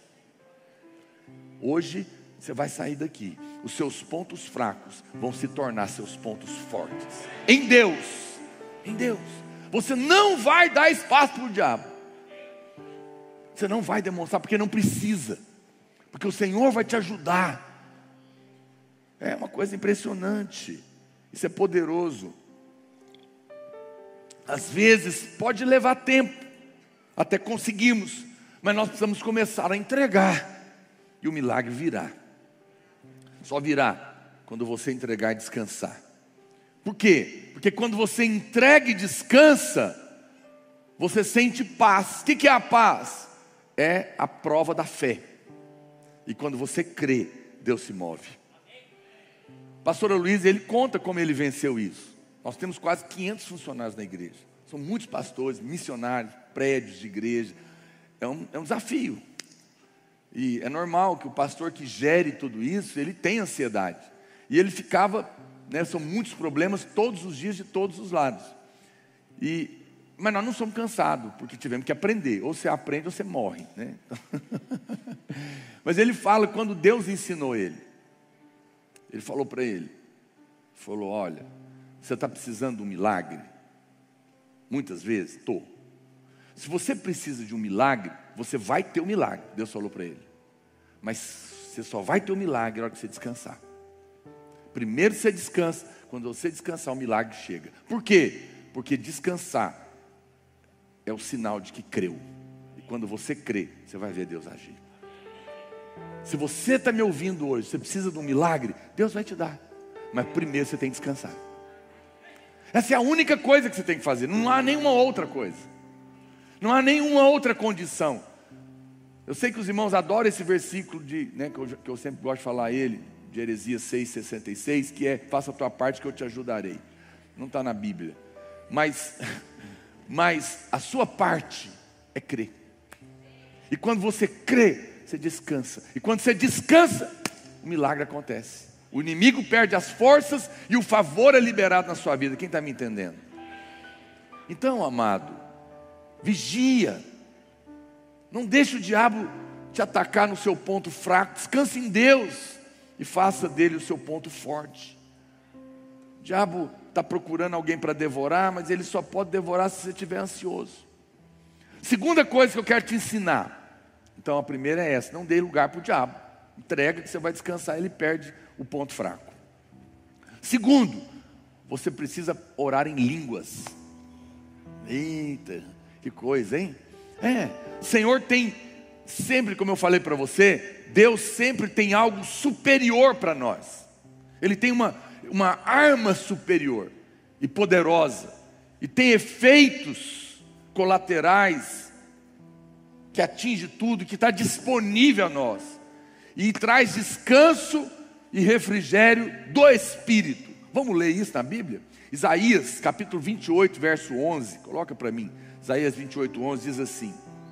Hoje você vai sair daqui, os seus pontos fracos vão se tornar seus pontos fortes. Em Deus, em Deus. Você não vai dar espaço para o diabo. Você não vai demonstrar, porque não precisa. Porque o Senhor vai te ajudar. É uma coisa impressionante. Isso é poderoso. Às vezes pode levar tempo até conseguirmos, mas nós precisamos começar a entregar. E o milagre virá. Só virá quando você entregar e descansar. Por quê? Porque quando você entrega e descansa, você sente paz. O que é a paz? É a prova da fé. E quando você crê, Deus se move. Pastor Luiz, ele conta como ele venceu isso. Nós temos quase quinhentos funcionários na igreja. São muitos pastores, missionários, prédios de igreja. É um, é um desafio. E é normal que o pastor que gere tudo isso, ele tem ansiedade. E ele ficava, né, são muitos problemas todos os dias de todos os lados. E, mas nós não somos cansados, porque tivemos que aprender. Ou você aprende ou você morre, né? Mas ele fala, quando Deus ensinou ele, ele falou para ele, falou, olha, você está precisando de um milagre? Muitas vezes, estou. Se você precisa de um milagre, você vai ter um milagre. Deus falou para ele. Mas você só vai ter um milagre na hora que você descansar. Primeiro você descansa. Quando você descansar, o milagre chega. Por quê? Porque descansar é o sinal de que creu. E quando você crê, você vai ver Deus agir. Se você está me ouvindo hoje, você precisa de um milagre, Deus vai te dar. Mas primeiro você tem que descansar. Essa é a única coisa que você tem que fazer. Não há nenhuma outra coisa. Não há nenhuma outra condição. Eu sei que os irmãos adoram esse versículo de, né, que, eu, que eu sempre gosto de falar ele, de Jeremias seis, sessenta e seis, que é, faça a tua parte que eu te ajudarei. Não está na Bíblia. Mas, mas a sua parte é crer. E quando você crê, você descansa. E quando você descansa, o milagre acontece. O inimigo perde as forças e o favor é liberado na sua vida. Quem está me entendendo? Então, amado, vigia. Não deixe o diabo te atacar no seu ponto fraco. Descanse em Deus e faça dele o seu ponto forte. O diabo está procurando alguém para devorar, mas ele só pode devorar se você estiver ansioso. Segunda coisa que eu quero te ensinar. Então a primeira é essa: não dê lugar para o diabo. Entrega que você vai descansar, ele perde o ponto fraco. Segundo, você precisa orar em línguas. Eita, que coisa, hein? É, o Senhor tem sempre, como eu falei para você, Deus sempre tem algo superior para nós. Ele tem uma, uma arma superior e poderosa. E tem efeitos colaterais que atinge tudo, que está disponível a nós. E traz descanso e refrigério do Espírito. Vamos ler isso na Bíblia? Isaías capítulo vinte e oito, verso onze. Coloca para mim. Isaías vinte e oito, onze diz assim: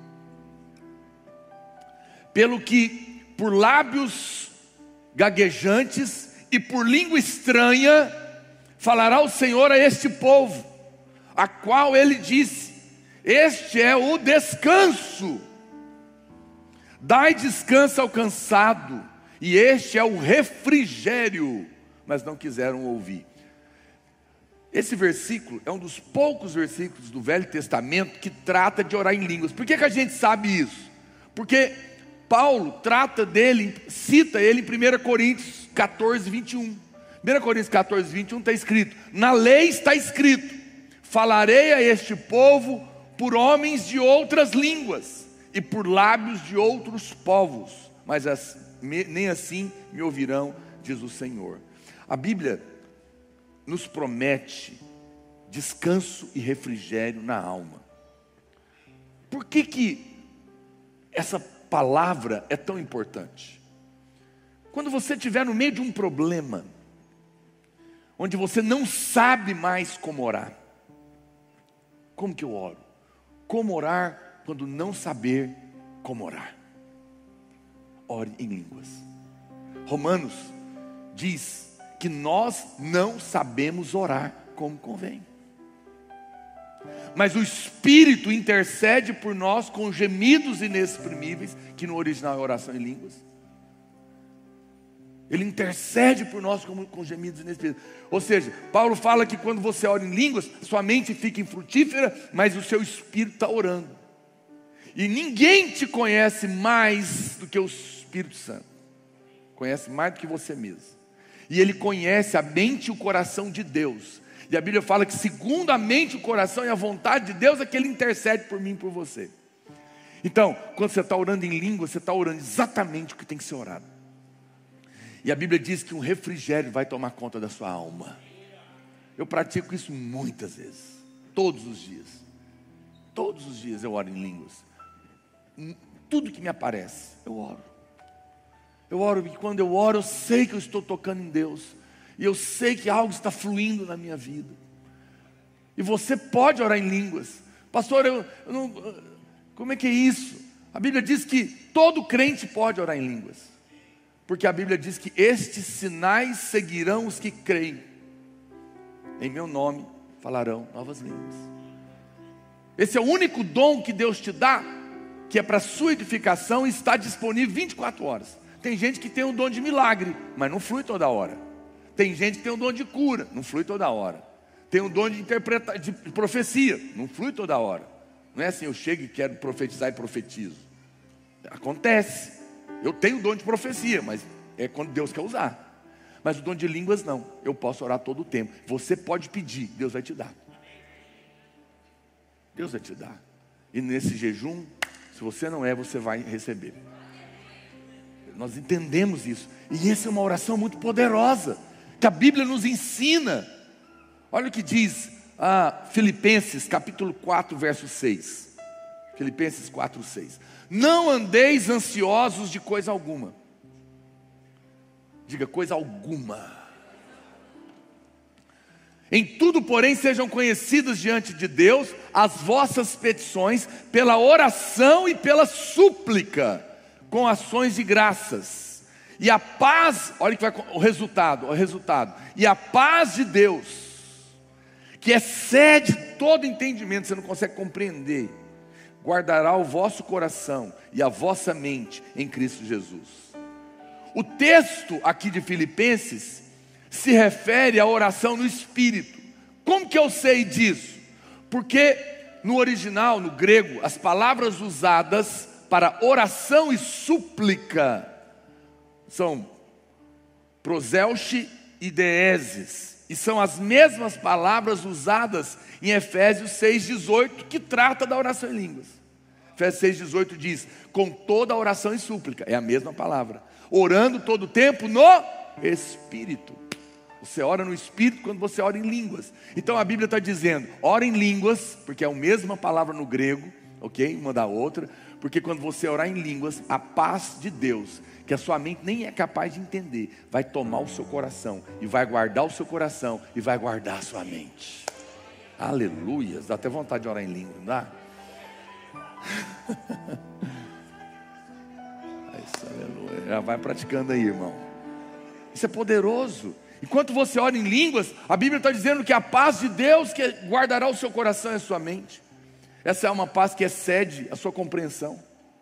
pelo que por lábios gaguejantes e por língua estranha falará o Senhor a este povo, a qual ele disse: este é o descanso. Dai descanso ao cansado, e este é o refrigério. Mas não quiseram ouvir. Esse versículo é um dos poucos versículos do Velho Testamento que trata de orar em línguas. Por que que a gente sabe isso? Porque Paulo trata dele, cita ele em primeira Coríntios quatorze, vinte e um. primeira Coríntios quatorze, vinte e um está escrito: na lei está escrito: falarei a este povo por homens de outras línguas e por lábios de outros povos, mas as, me, nem assim me ouvirão, diz o Senhor. A Bíblia nos promete descanso e refrigério na alma. Por que que essa palavra é tão importante? Quando você estiver no meio de um problema, onde você não sabe mais como orar, como que eu oro? Como orar quando não saber como orar? Ore em línguas. Romanos diz que nós não sabemos orar como convém. Mas o Espírito intercede por nós com gemidos inexprimíveis, que no original é oração em línguas. Ele intercede por nós com, com gemidos inexprimíveis. Ou seja, Paulo fala que quando você ora em línguas, sua mente fica infrutífera, mas o seu espírito está orando. E ninguém te conhece mais do que o Espírito Santo. Conhece mais do que você mesmo. E ele conhece a mente e o coração de Deus. E a Bíblia fala que segundo a mente, o coração e a vontade de Deus é que Ele intercede por mim e por você. Então, quando você está orando em língua, você está orando exatamente o que tem que ser orado. E a Bíblia diz que um refrigério vai tomar conta da sua alma. Eu pratico isso muitas vezes, todos os dias. Todos os dias eu oro em línguas. Tudo que me aparece, eu oro. Eu oro e quando eu oro, eu sei que eu estou tocando em Deus. E eu sei que algo está fluindo na minha vida. E você pode orar em línguas. Pastor, eu, eu não, como é que é isso? A Bíblia diz que todo crente pode orar em línguas. Porque a Bíblia diz que estes sinais seguirão os que creem. Em meu nome falarão novas línguas. Esse é o único dom que Deus te dá, que é para a sua edificação e está disponível vinte e quatro horas. Tem gente que tem o dom de milagre, mas não flui toda hora. Tem gente que tem o dom de cura, não flui toda hora. Tem o dom de interpretar, de profecia, não flui toda hora. Não é assim, eu chego e quero profetizar e profetizo. Acontece. Eu tenho o dom de profecia, mas é quando Deus quer usar. Mas o dom de línguas não. Eu posso orar todo o tempo. Você pode pedir, Deus vai te dar. Deus vai te dar. E nesse jejum, se você não é, você vai receber. Nós entendemos isso. E essa é uma oração muito poderosa, que a Bíblia nos ensina. Olha o que diz ah, Filipenses capítulo quatro, verso seis. Filipenses quatro, seis. Não andeis ansiosos de coisa alguma. Diga, coisa alguma. Em tudo, porém, sejam conhecidas diante de Deus as vossas petições pela oração e pela súplica, com ações de graças. E a paz, olha que vai o resultado, o resultado. E a paz de Deus, que excede todo entendimento, você não consegue compreender, guardará o vosso coração e a vossa mente em Cristo Jesus. O texto aqui de Filipenses se refere à oração no Espírito. Como que eu sei disso? Porque no original, no grego, as palavras usadas para oração e súplica são proselche e deeses, e são as mesmas palavras usadas em Efésios seis, dezoito, que trata da oração em línguas. Efésios seis, dezoito diz, com toda a oração e súplica, é a mesma palavra, orando todo o tempo no Espírito. Você ora no Espírito quando você ora em línguas. Então a Bíblia está dizendo, ora em línguas, porque é a mesma palavra no grego, ok? Uma da outra, porque quando você orar em línguas, a paz de Deus, que a sua mente nem é capaz de entender, vai tomar o seu coração, e vai guardar o seu coração, e vai guardar a sua mente. Aleluia, dá até vontade de orar em línguas, não dá? Isso, aleluia. Já vai praticando aí, irmão. Isso é poderoso. Enquanto você ora em línguas, a Bíblia está dizendo que a paz de Deus que guardará o seu coração e a sua mente. Essa é uma paz que excede a sua compreensão.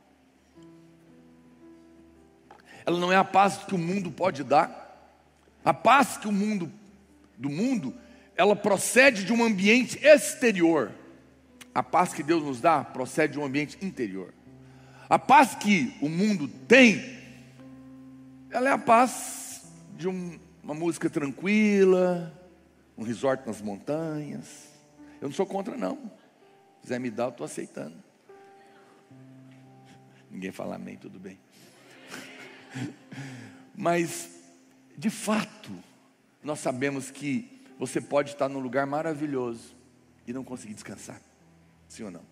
Ela não é a paz que o mundo pode dar. A paz que o mundo, do mundo, ela procede de um ambiente exterior. A paz que Deus nos dá procede de um ambiente interior. A paz que o mundo tem, ela é a paz de um, uma música tranquila, um resort nas montanhas. Eu não sou contra, não. Se quiser me dar, eu estou aceitando. Ninguém fala amém, tudo bem. Mas, de fato, nós sabemos que você pode estar num lugar maravilhoso e não conseguir descansar. Sim ou não?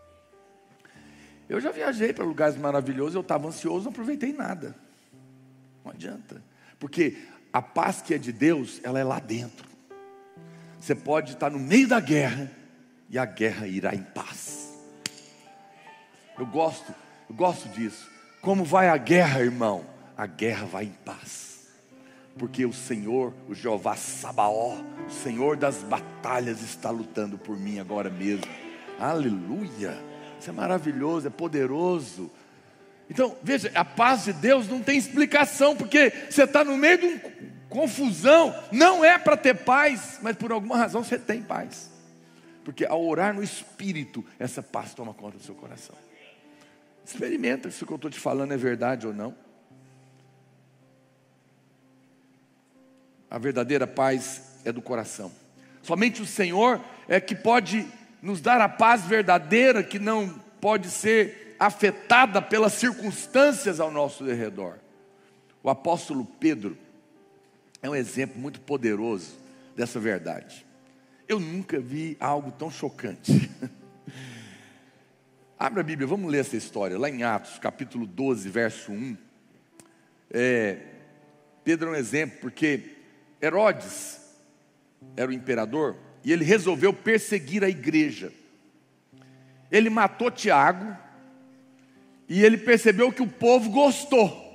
Eu já viajei para lugares maravilhosos, eu estava ansioso, não aproveitei nada. Não adianta. Porque a paz que é de Deus, ela é lá dentro. Você pode estar no meio da guerra e a guerra irá em paz. Eu gosto, eu gosto disso. Como vai a guerra, irmão? A guerra vai em paz. porque o Senhor, o Jeová Sabaó, o Senhor das batalhas está lutando por mim agora mesmo. Aleluia, isso é maravilhoso, é poderoso. Então, veja, a paz de Deus não tem explicação, porque você está no meio de uma confusão, não é para ter paz, mas por alguma razão você tem paz. Porque ao orar no Espírito, essa paz toma conta do seu coração. Experimenta se o que eu estou te falando é verdade ou não. A verdadeira paz é do coração. Somente o Senhor é que pode nos dar a paz verdadeira, que não pode ser afetada pelas circunstâncias ao nosso redor. O apóstolo Pedro é um exemplo muito poderoso dessa verdade. Eu nunca vi algo tão chocante. Abra a Bíblia, vamos ler essa história, lá em Atos, capítulo doze, verso um. É, Pedro é um exemplo, porque Herodes era o imperador, e ele resolveu perseguir a igreja. Ele matou Tiago, e ele percebeu que o povo gostou.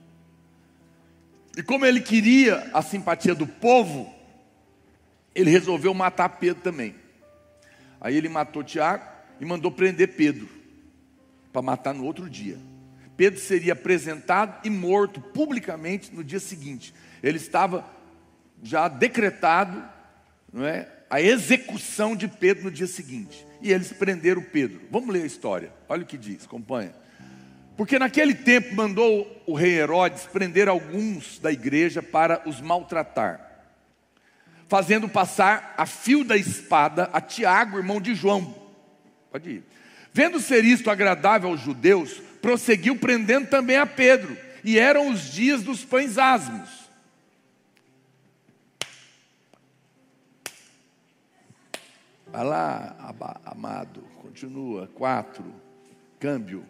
E como ele queria a simpatia do povo, ele resolveu matar Pedro também. Aí ele matou Tiago e mandou prender Pedro, para matar no outro dia. Pedro seria apresentado e morto publicamente no dia seguinte. Ele estava já decretado, não é, a execução de Pedro no dia seguinte. E eles prenderam Pedro. Vamos ler a história, olha o que diz, acompanha. Porque naquele tempo mandou o rei Herodes prender alguns da igreja para os maltratar, fazendo passar a fio da espada a Tiago, irmão de João. Pode ir. Vendo ser isto agradável aos judeus, prosseguiu prendendo também a Pedro. E eram os dias dos pães asmos. Vai lá, amado, continua. Quatro, câmbio.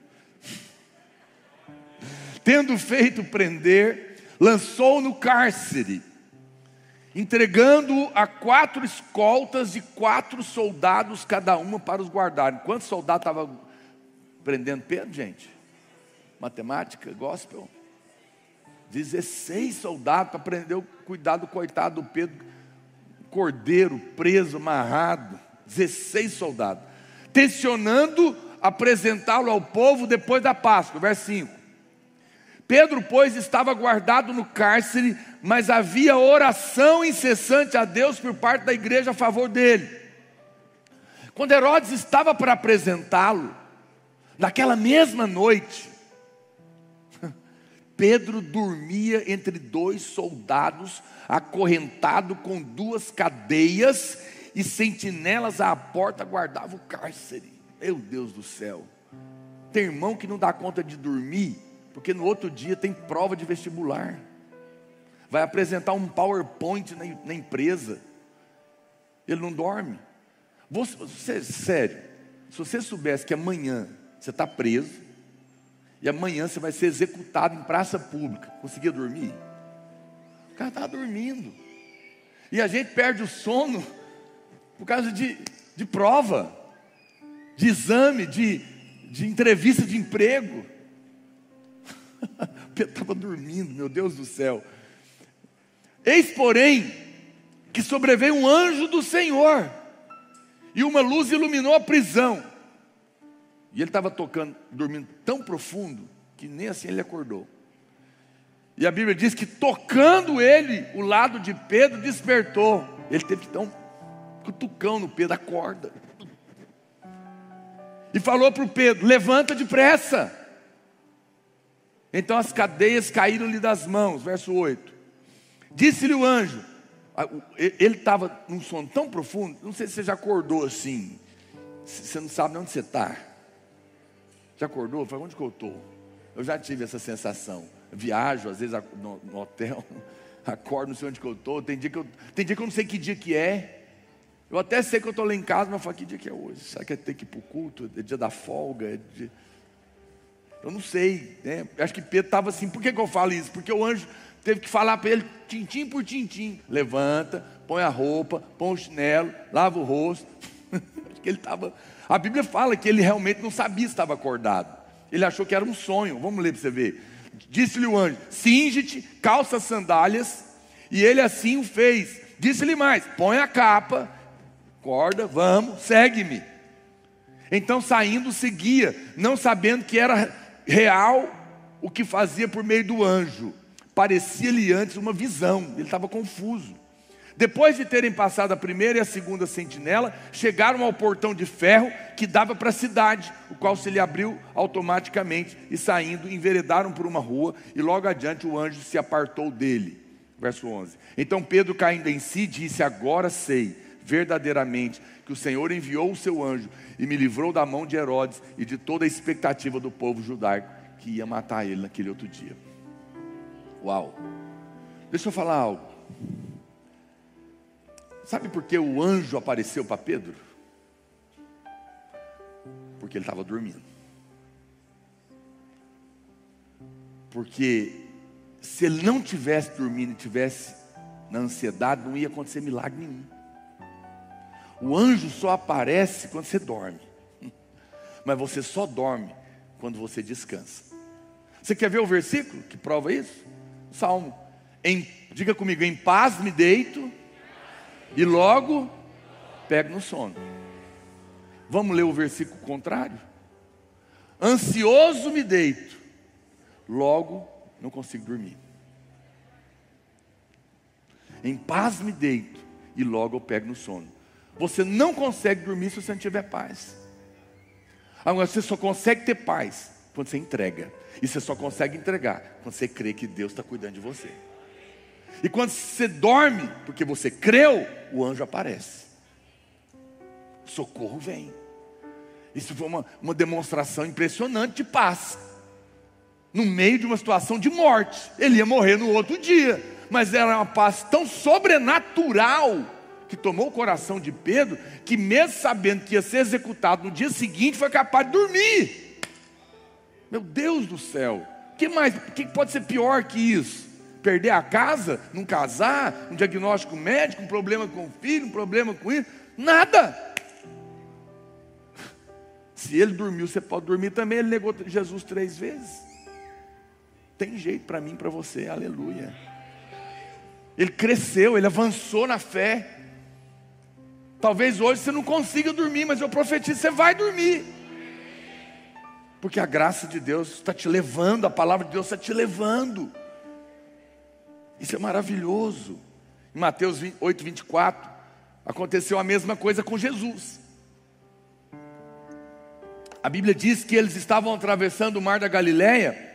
Tendo feito prender, lançou no cárcere, entregando-o a quatro escoltas de quatro soldados cada uma para os guardarem. Quantos soldados estavam prendendo Pedro, gente? Matemática, gospel. dezesseis soldados para prender, cuidar do coitado do Pedro, cordeiro, preso, amarrado. dezesseis soldados. Tensionando apresentá-lo ao povo depois da Páscoa. Verso cinco. Pedro, pois, estava guardado no cárcere, mas havia oração incessante a Deus por parte da igreja a favor dele. Quando Herodes estava para apresentá-lo, naquela mesma noite, Pedro dormia entre dois soldados, acorrentado com duas cadeias, e sentinelas à porta guardavam o cárcere. Meu Deus do céu. Tem irmão que não dá conta de dormir, porque no outro dia tem prova de vestibular, vai apresentar um PowerPoint na, na empresa, ele não dorme. Você, você, sério, se você soubesse que amanhã você está preso, e amanhã você vai ser executado em praça pública, conseguia dormir? O cara estava dormindo, e a gente perde o sono, por causa de, de prova, de exame, de, de entrevista de emprego. Pedro estava dormindo, meu Deus do céu. Eis, porém, que sobreveio um anjo do Senhor, e uma luz iluminou a prisão. E ele estava tocando, dormindo tão profundo, que nem assim ele acordou. E a Bíblia diz que tocando ele, o lado de Pedro despertou. Ele teve que dar um cutucão no Pedro, acorda. E falou para o Pedro, levanta depressa. Então as cadeias caíram-lhe das mãos, verso oito. Disse-lhe o anjo, ele estava num sono tão profundo, não sei se você já acordou assim, você não sabe onde você está. Já acordou? Falei, onde que eu estou? Eu já tive essa sensação. Viajo, às vezes no, no hotel, acordo, não sei onde que eu estou. Tem dia que eu, tem dia que eu não sei que dia que é. Eu até sei que eu estou lá em casa, mas eu falo, que dia que é hoje? Será que é ter que ir para o culto? É dia da folga? É dia... Eu não sei, né? Acho que Pedro estava assim. Por que que eu falo isso? Porque o anjo teve que falar para ele, tintim por tintim. Levanta, põe a roupa, põe o chinelo, lava o rosto. Acho que ele estava... A Bíblia fala que ele realmente não sabia se estava acordado. Ele achou que era um sonho. Vamos ler para você ver. Disse-lhe o anjo, cinge-te, calça as sandálias. E ele assim o fez. Disse-lhe mais: põe a capa, corda, vamos, segue-me. Então saindo seguia, não sabendo que era real o que fazia por meio do anjo. Parecia-lhe antes uma visão, ele estava confuso. Depois de terem passado a primeira e a segunda sentinela, chegaram ao portão de ferro que dava para a cidade, o qual se lhe abriu automaticamente, e saindo, enveredaram por uma rua, e logo adiante o anjo se apartou dele. Verso onze. Então Pedro, caindo em si, disse: agora sei verdadeiramente que o Senhor enviou o seu anjo e me livrou da mão de Herodes e de toda a expectativa do povo judaico que ia matar ele naquele outro dia. Uau! Deixa eu falar algo. Sabe por que o anjo apareceu para Pedro? Porque ele estava dormindo. Porque se ele não tivesse dormindo e tivesse na ansiedade, não ia acontecer milagre nenhum. O anjo só aparece quando você dorme. Mas você só dorme quando você descansa. Você quer ver o versículo que prova isso? Salmo. Em, diga comigo: em paz me deito e logo pego no sono. Vamos ler o versículo contrário? Ansioso me deito, logo não consigo dormir. Em paz me deito e logo eu pego no sono. Você não consegue dormir se você não tiver paz. Agora você só consegue ter paz quando você entrega. E você só consegue entregar quando você crê que Deus está cuidando de você. E quando você dorme, porque você creu, o anjo aparece. O socorro vem. Isso foi uma, uma demonstração impressionante de paz. No meio de uma situação de morte. Ele ia morrer no outro dia. Mas era uma paz tão sobrenatural que tomou o coração de Pedro, que mesmo sabendo que ia ser executado no dia seguinte, foi capaz de dormir. Meu Deus do céu. O que mais? O que pode ser pior que isso? Perder a casa, não casar, um diagnóstico médico, um problema com o filho, um problema com isso? Nada. Se ele dormiu, você pode dormir também. Ele negou Jesus três vezes. Tem jeito para mim e para você, aleluia. Ele cresceu, ele avançou na fé. Talvez hoje você não consiga dormir, mas eu profetizo, você vai dormir. Porque a graça de Deus está te levando, a palavra de Deus está te levando. Isso é maravilhoso. Em Mateus oito, vinte e quatro, aconteceu a mesma coisa com Jesus. A Bíblia diz que eles estavam atravessando o mar da Galileia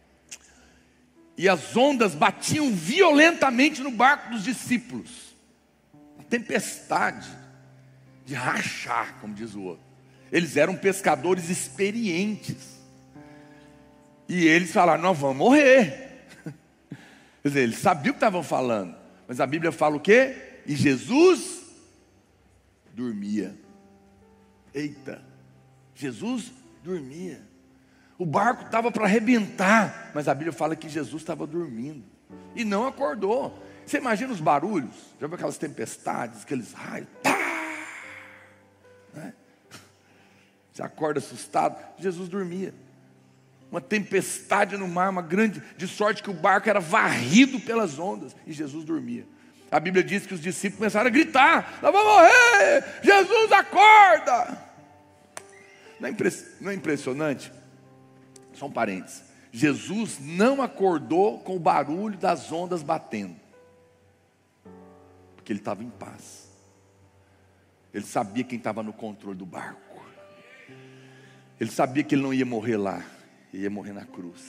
e as ondas batiam violentamente no barco dos discípulos. Uma tempestade de rachar, como diz o outro. Eles eram pescadores experientes. E eles falaram: nós vamos morrer. Quer dizer, eles sabiam o que estavam falando. Mas a Bíblia fala o quê? E Jesus dormia. Eita, Jesus dormia. O barco estava para arrebentar, mas a Bíblia fala que Jesus estava dormindo. E não acordou. Você imagina os barulhos? Já viu aquelas tempestades, aqueles raios? Tá! Né? Você acorda assustado. Jesus dormia. Uma tempestade no mar, uma grande, de sorte que o barco era varrido pelas ondas, e Jesus dormia. A Bíblia diz que os discípulos começaram a gritar: nós vamos morrer, Jesus acorda. Não é, impress... não é impressionante? Só um parênteses. Jesus não acordou com o barulho das ondas batendo, porque ele estava em paz. Ele sabia quem estava no controle do barco. Ele sabia que ele não ia morrer lá, ia morrer na cruz.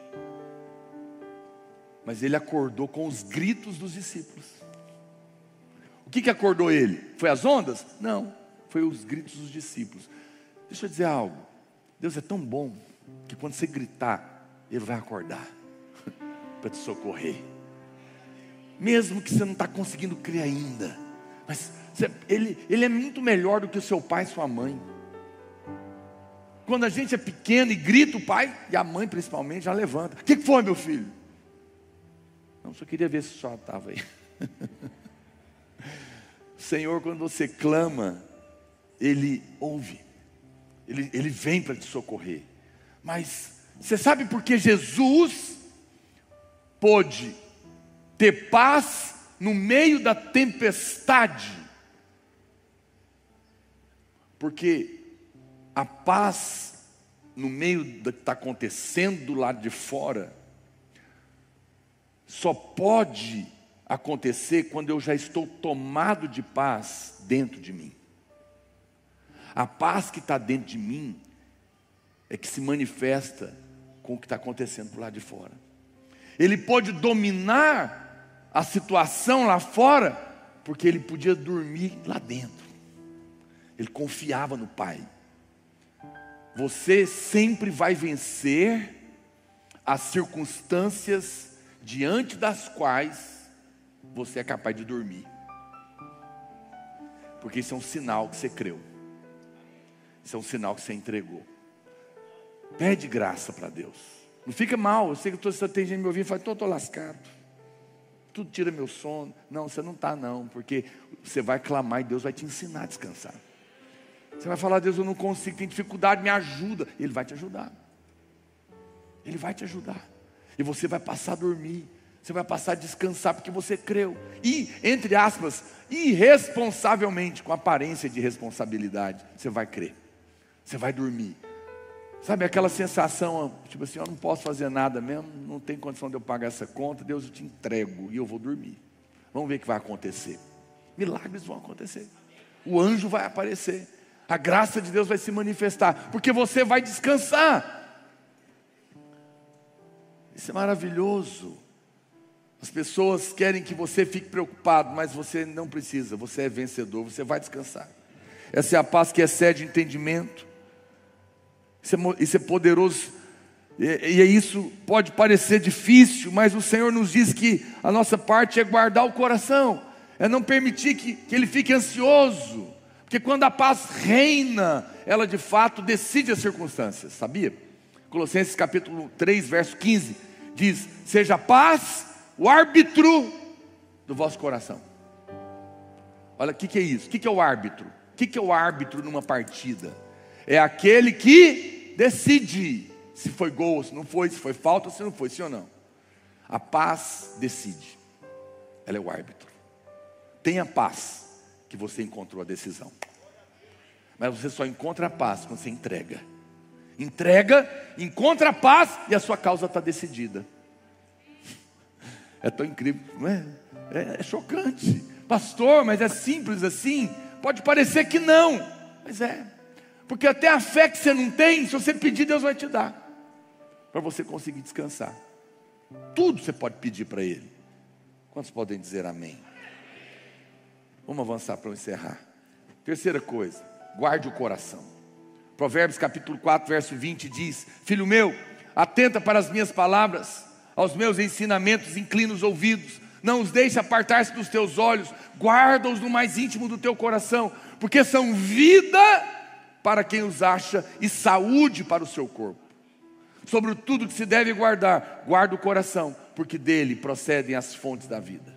Mas ele acordou com os gritos dos discípulos. O que que acordou ele? Foi as ondas? Não, foi os gritos dos discípulos. Deixa eu dizer algo. Deus é tão bom que quando você gritar, Ele vai acordar para te socorrer. Mesmo que você não está conseguindo crer ainda, mas você, ele, ele é muito melhor do que o seu pai e sua mãe. Quando a gente é pequeno e grita, o pai e a mãe principalmente já levanta. O que foi, meu filho? Não, só queria ver se o senhor estava aí. Senhor, quando você clama, Ele ouve. Ele, ele vem para te socorrer. Mas você sabe por que Jesus pôde ter paz no meio da tempestade, porque a paz no meio do que está acontecendo do lado de fora só pode acontecer quando eu já estou tomado de paz dentro de mim. A paz que está dentro de mim é que se manifesta com o que está acontecendo do lado de fora. Ele pode dominar a situação lá fora, porque ele podia dormir lá dentro. Ele confiava no Pai. Você sempre vai vencer as circunstâncias diante das quais você é capaz de dormir. Porque isso é um sinal que você creu. Isso é um sinal que você entregou. Pede graça para Deus. Não fica mal. Eu sei que você tem gente me ouvindo e fala, estou lascado. Tudo tira meu sono. Não, você não está não. Porque você vai clamar e Deus vai te ensinar a descansar. Você vai falar, Deus, eu não consigo, tem dificuldade, me ajuda. Ele vai te ajudar. Ele vai te ajudar. E você vai passar a dormir. Você vai passar a descansar porque você creu. E, entre aspas, irresponsavelmente, com aparência de responsabilidade, você vai crer. Você vai dormir. Sabe aquela sensação, tipo assim, eu não posso fazer nada mesmo, não tem condição de eu pagar essa conta, Deus, eu te entrego e eu vou dormir. Vamos ver o que vai acontecer. Milagres vão acontecer. O anjo vai aparecer. A graça de Deus vai se manifestar, porque você vai descansar. Isso é maravilhoso. As pessoas querem que você fique preocupado, mas você não precisa, você é vencedor, você vai descansar. Essa é a paz que excede o entendimento. Isso é, isso é poderoso, e, e isso pode parecer difícil, mas o Senhor nos diz que a nossa parte é guardar o coração, é não permitir que, que ele fique ansioso, porque quando a paz reina, ela de fato decide as circunstâncias, sabia? Colossenses capítulo três, verso quinze, diz, seja a paz o árbitro do vosso coração. Olha, o que, que é isso? O que, que é o árbitro? O que, que é o árbitro numa partida? É aquele que decide se foi gol, se não foi, se foi falta, se não foi, sim ou não. A paz decide. Ela é o árbitro. Tenha paz que você encontrou a decisão. Mas você só encontra a paz quando você entrega. Entrega, encontra a paz e a sua causa está decidida. É tão incrível, não é? É, é chocante. Pastor, mas é simples assim? Pode parecer que não, mas é. Porque até a fé que você não tem, se você pedir, Deus vai te dar. Para você conseguir descansar. Tudo você pode pedir para Ele. Quantos podem dizer amém? Vamos avançar para eu encerrar. Terceira coisa, guarde o coração. Provérbios capítulo quatro, verso vinte diz, filho meu, atenta para as minhas palavras, aos meus ensinamentos inclina os ouvidos, não os deixe apartar-se dos teus olhos, guarda-os no mais íntimo do teu coração, porque são vida para quem os acha e saúde para o seu corpo. Sobre tudo que se deve guardar, guarda o coração, porque dele procedem as fontes da vida.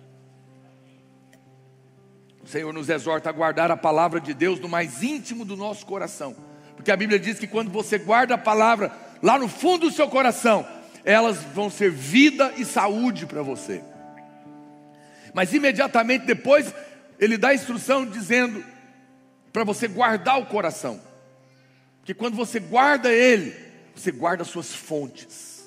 O Senhor nos exorta a guardar a palavra de Deus no mais íntimo do nosso coração, porque a Bíblia diz que quando você guarda a palavra lá no fundo do seu coração, elas vão ser vida e saúde para você. Mas imediatamente depois ele dá a instrução dizendo para você guardar o coração, porque quando você guarda ele, você guarda as suas fontes.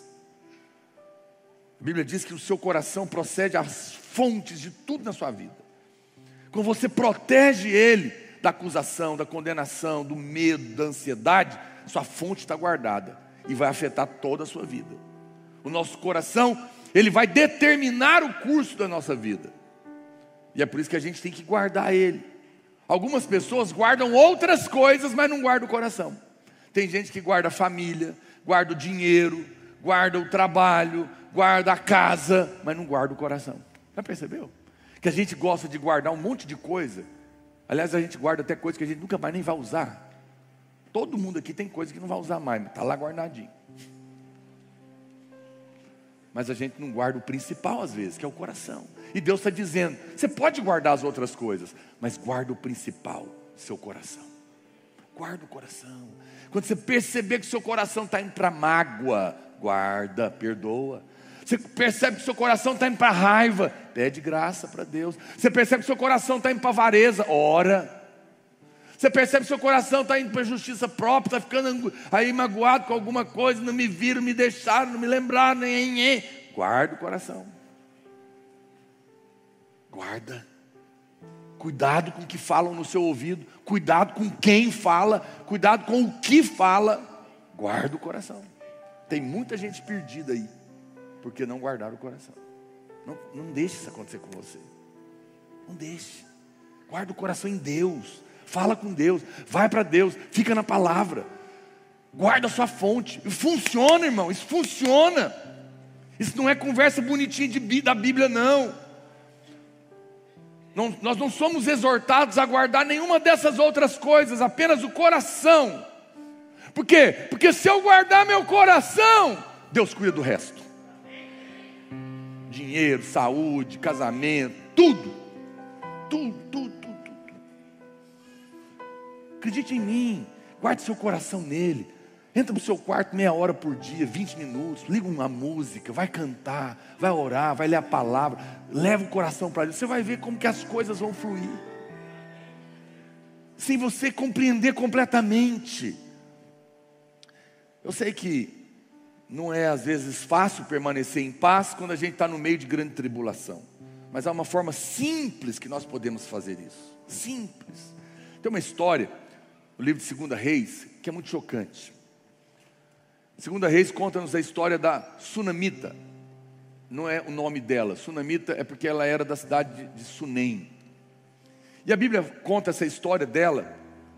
A Bíblia diz que o seu coração procede as fontes de tudo na sua vida. Quando você protege ele da acusação, da condenação, do medo, da ansiedade, sua fonte está guardada e vai afetar toda a sua vida. O nosso coração, ele vai determinar o curso da nossa vida. E é por isso que a gente tem que guardar ele. Algumas pessoas guardam outras coisas, mas não guardam o coração. Tem gente que guarda a família, guarda o dinheiro, guarda o trabalho, guarda a casa, mas não guarda o coração. Já percebeu? Que a gente gosta de guardar um monte de coisa. Aliás, a gente guarda até coisa que a gente nunca mais nem vai usar. Todo mundo aqui tem coisa que não vai usar mais, mas está lá guardadinho. Mas a gente não guarda o principal às vezes, que é o coração. E Deus está dizendo, você pode guardar as outras coisas, mas guarda o principal, seu coração. Guarda o coração. Quando você perceber que seu coração está indo para mágoa, guarda, perdoa. Você percebe que seu coração está indo para raiva, pede graça para Deus. Você percebe que seu coração está indo para avareza, ora. Você percebe que seu coração está indo para a justiça própria, está ficando aí magoado com alguma coisa, não me viram, me deixaram, não me lembraram, nem, nem. Guarda o coração. Guarda. Cuidado com o que falam no seu ouvido, cuidado com quem fala, cuidado com o que fala. Guarda o coração. Tem muita gente perdida aí, porque não guardaram o coração. Não, não deixe isso acontecer com você. Não deixe. Guarda o coração em Deus. Fala com Deus, vai para Deus, fica na palavra. Guarda a sua fonte. Funciona, irmão, isso funciona. Isso não é conversa bonitinha de, da Bíblia, não. não. Nós não somos exortados a guardar nenhuma dessas outras coisas, apenas o coração. Por quê? Porque se eu guardar meu coração, Deus cuida do resto. Dinheiro, saúde, casamento, tudo. Tudo, tudo, tudo. Acredite em mim, guarde seu coração nele. Entra no seu quarto meia hora por dia, vinte minutos, liga uma música, vai cantar, vai orar, vai ler a palavra, leva o coração para Deus. Você vai ver como que as coisas vão fluir. Sem você compreender completamente. Eu sei que não é às vezes fácil permanecer em paz quando a gente está no meio de grande tribulação. Mas há uma forma simples que nós podemos fazer isso. Simples. Tem uma história no livro de Segunda Reis que é muito chocante. Segunda Reis conta-nos a história da Sunamita. Não é o nome dela. Sunamita é porque ela era da cidade de, de Sunem. E a Bíblia conta essa história dela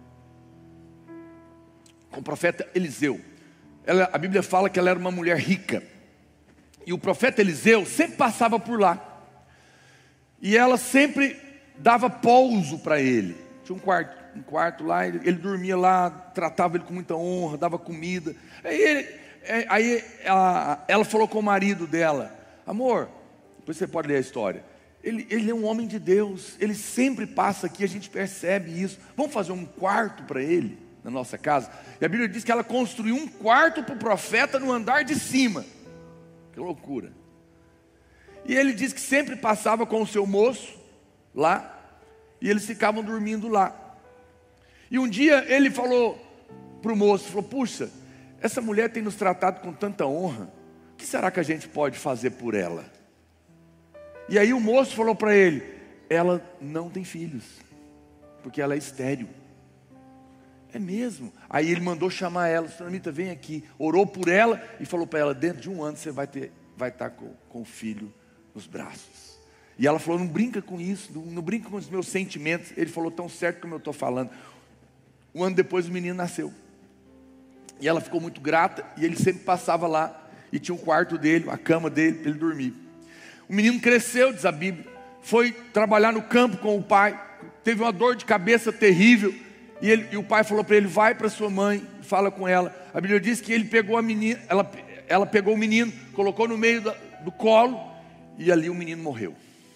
com o profeta Eliseu. Ela, a Bíblia fala que ela era uma mulher rica. E o profeta Eliseu sempre passava por lá. E ela sempre dava pouso para ele. Tinha um quarto, um quarto lá, ele, ele dormia lá, tratava ele com muita honra, dava comida. Aí, ele, aí ela, ela falou com o marido dela: amor, depois você pode ler a história. Ele, ele é um homem de Deus, ele sempre passa aqui, a gente percebe isso. Vamos fazer um quarto para ele na nossa casa? E a Bíblia diz que ela construiu um quarto para o profeta no andar de cima. Que loucura. E ele diz que sempre passava com o seu moço lá, e eles ficavam dormindo lá. E um dia ele falou para o moço, falou: puxa, essa mulher tem nos tratado com tanta honra, o que será que a gente pode fazer por ela? E aí o moço falou para ele: ela não tem filhos, porque ela é estéril. É mesmo? Aí ele mandou chamar ela: Sunamita, vem aqui. Orou por ela e falou para ela: dentro de um ano você vai, ter, vai estar com, com o filho nos braços. E ela falou: não brinca com isso, não, não brinca com os meus sentimentos. Ele falou: tão certo como eu estou falando. Um ano depois o menino nasceu. E ela ficou muito grata, e ele sempre passava lá, e tinha um quarto dele, a cama dele, para ele dormir. O menino cresceu, diz a Bíblia, foi trabalhar no campo com o pai, teve uma dor de cabeça terrível, e, ele, e o pai falou para ele: vai para sua mãe, fala com ela. A Bíblia diz que ele pegou a menina, ela, ela pegou o menino, colocou no meio do, do colo, e ali o menino morreu.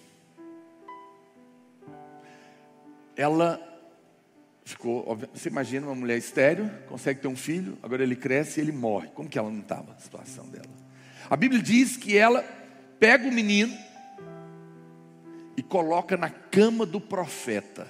Ela ficou, você imagina uma mulher estéril, consegue ter um filho, agora ele cresce e ele morre. Como que ela não estava, a situação dela? A Bíblia diz que ela pega o menino e coloca na cama do profeta.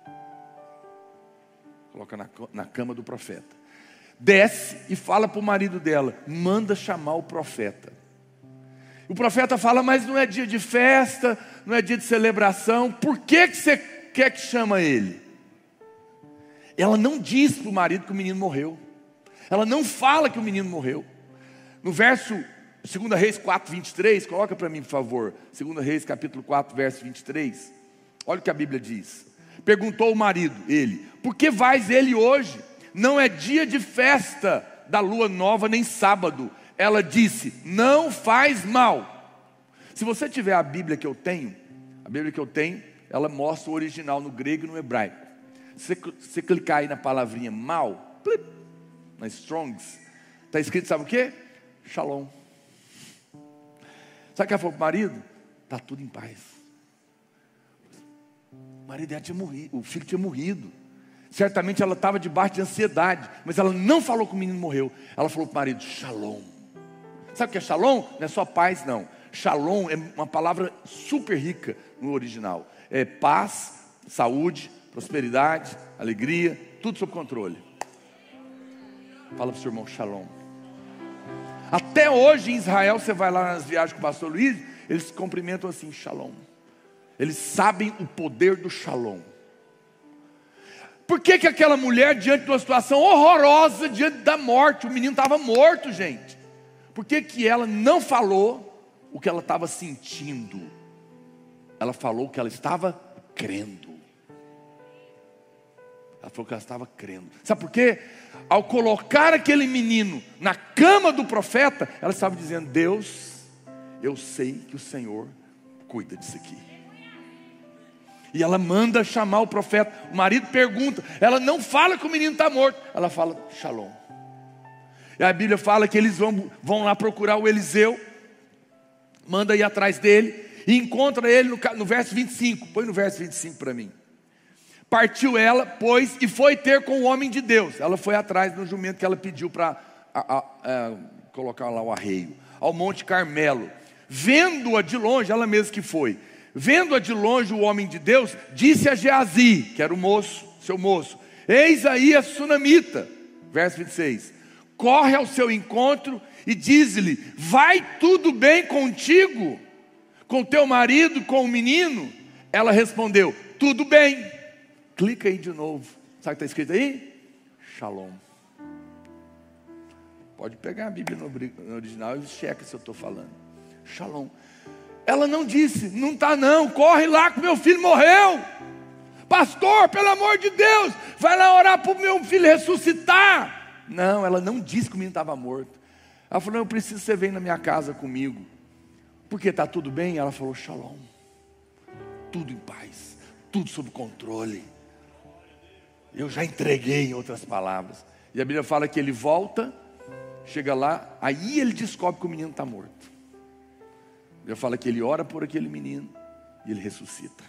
Coloca na, na cama do profeta. Desce e fala para o marido dela: manda chamar o profeta. O profeta fala: mas não é dia de festa, não é dia de celebração, por que, que você quer que chama ele? Ela não diz para o marido que o menino morreu. Ela não fala que o menino morreu. No verso Segunda Reis quatro, vinte e três, coloca para mim por favor. Segunda Reis capítulo quatro, verso vinte e três. Olha o que a Bíblia diz. Perguntou o marido, ele: por que vais ele hoje? Não é dia de festa da lua nova, nem sábado. Ela disse: não faz mal. Se você tiver a Bíblia que eu tenho, a Bíblia que eu tenho, ela mostra o original no grego e no hebraico. Se você clicar aí na palavrinha mal, plip, na Strongs, está escrito, sabe o que? Shalom. Sabe o que ela falou para o marido? Está tudo em paz. O marido dela tinha morrido, o filho tinha morrido. Certamente ela estava debaixo de ansiedade, mas ela não falou que o menino morreu. Ela falou para o marido: shalom. Sabe o que é shalom? Não é só paz, não. Shalom é uma palavra super rica no original. É paz, saúde, prosperidade, alegria, tudo sob controle. Fala para o seu irmão, Shalom. Até hoje em Israel, você vai lá nas viagens com o pastor Luiz, eles se cumprimentam assim, Shalom. Eles sabem o poder do Shalom. Por que que aquela mulher, diante de uma situação horrorosa, diante da morte, o menino estava morto, gente. Por que que ela não falou o que ela estava sentindo? Ela falou o que ela estava crendo. Ela falou que ela estava crendo. Sabe por quê? Ao colocar aquele menino na cama do profeta, ela estava dizendo, Deus, eu sei que o Senhor cuida disso aqui. E ela manda chamar o profeta. O marido pergunta, ela não fala que o menino está morto, ela fala, Shalom. E a Bíblia fala que eles vão, vão lá procurar o Eliseu, manda ir atrás dele, e encontra ele no, no verso vinte e cinco, põe no verso vinte e cinco para mim. Partiu ela, pois, e foi ter com o homem de Deus. Ela foi atrás do jumento que ela pediu para colocar lá o arreio, ao Monte Carmelo. Vendo-a de longe, ela mesma que foi, vendo-a de longe o homem de Deus, disse a Geazi, que era o moço, seu moço, eis aí a sunamita, verso vinte e seis, corre ao seu encontro e diz-lhe, vai tudo bem contigo, com teu marido, com o menino? Ela respondeu, tudo bem. Clica aí de novo. Sabe o que está escrito aí? Shalom. Pode pegar a Bíblia no original e checa se eu estou falando. Shalom. Ela não disse, não está não, corre lá que meu filho morreu. Pastor, pelo amor de Deus, vai lá orar para o meu filho ressuscitar. Não, ela não disse que o menino estava morto. Ela falou, eu preciso que você venha na minha casa comigo. Porque está tudo bem? Ela falou, Shalom. Tudo em paz, tudo sob controle. Eu já entreguei, em outras palavras. E a Bíblia fala que ele volta, chega lá, aí ele descobre que o menino está morto. A Bíblia fala que ele ora por aquele menino e ele ressuscita.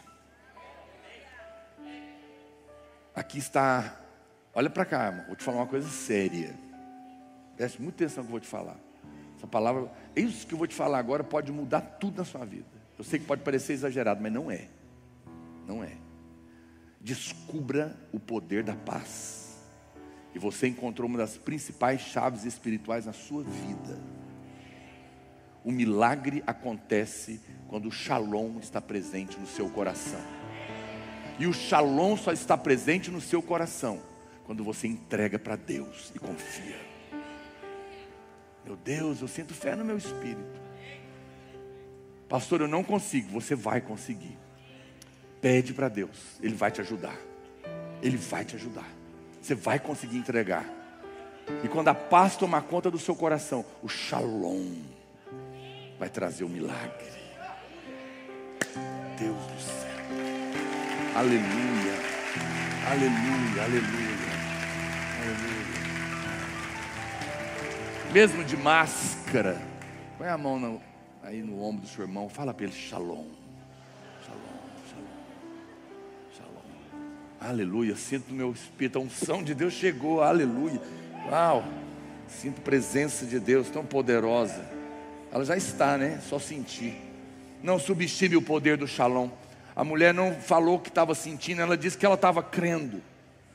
Aqui está, olha para cá, irmão, vou te falar uma coisa séria. Preste muita atenção no que eu vou te falar. Essa palavra, isso que eu vou te falar agora pode mudar tudo na sua vida. Eu sei que pode parecer exagerado, mas não é. Não é. Descubra o poder da paz. E você encontrou uma das principais chaves espirituais na sua vida. O milagre acontece quando o Shalom está presente no seu coração. E o Shalom só está presente no seu coração quando você entrega para Deus e confia. Meu Deus, eu sinto fé no meu espírito. Pastor, eu não consigo. Você vai conseguir. Pede para Deus, Ele vai te ajudar. Ele vai te ajudar. Você vai conseguir entregar. E quando a paz tomar conta do seu coração, o Shalom vai trazer o milagre. Deus do céu. Aleluia. Aleluia, aleluia. Aleluia. Mesmo de máscara, põe a mão no, aí no ombro do seu irmão, fala para ele, Shalom. Aleluia, sinto no meu espírito, a unção de Deus chegou, aleluia. Uau, sinto a presença de Deus tão poderosa. Ela já está, né? Só sentir. Não subestime o poder do Shalom. A mulher não falou que estava sentindo, ela disse que ela estava crendo.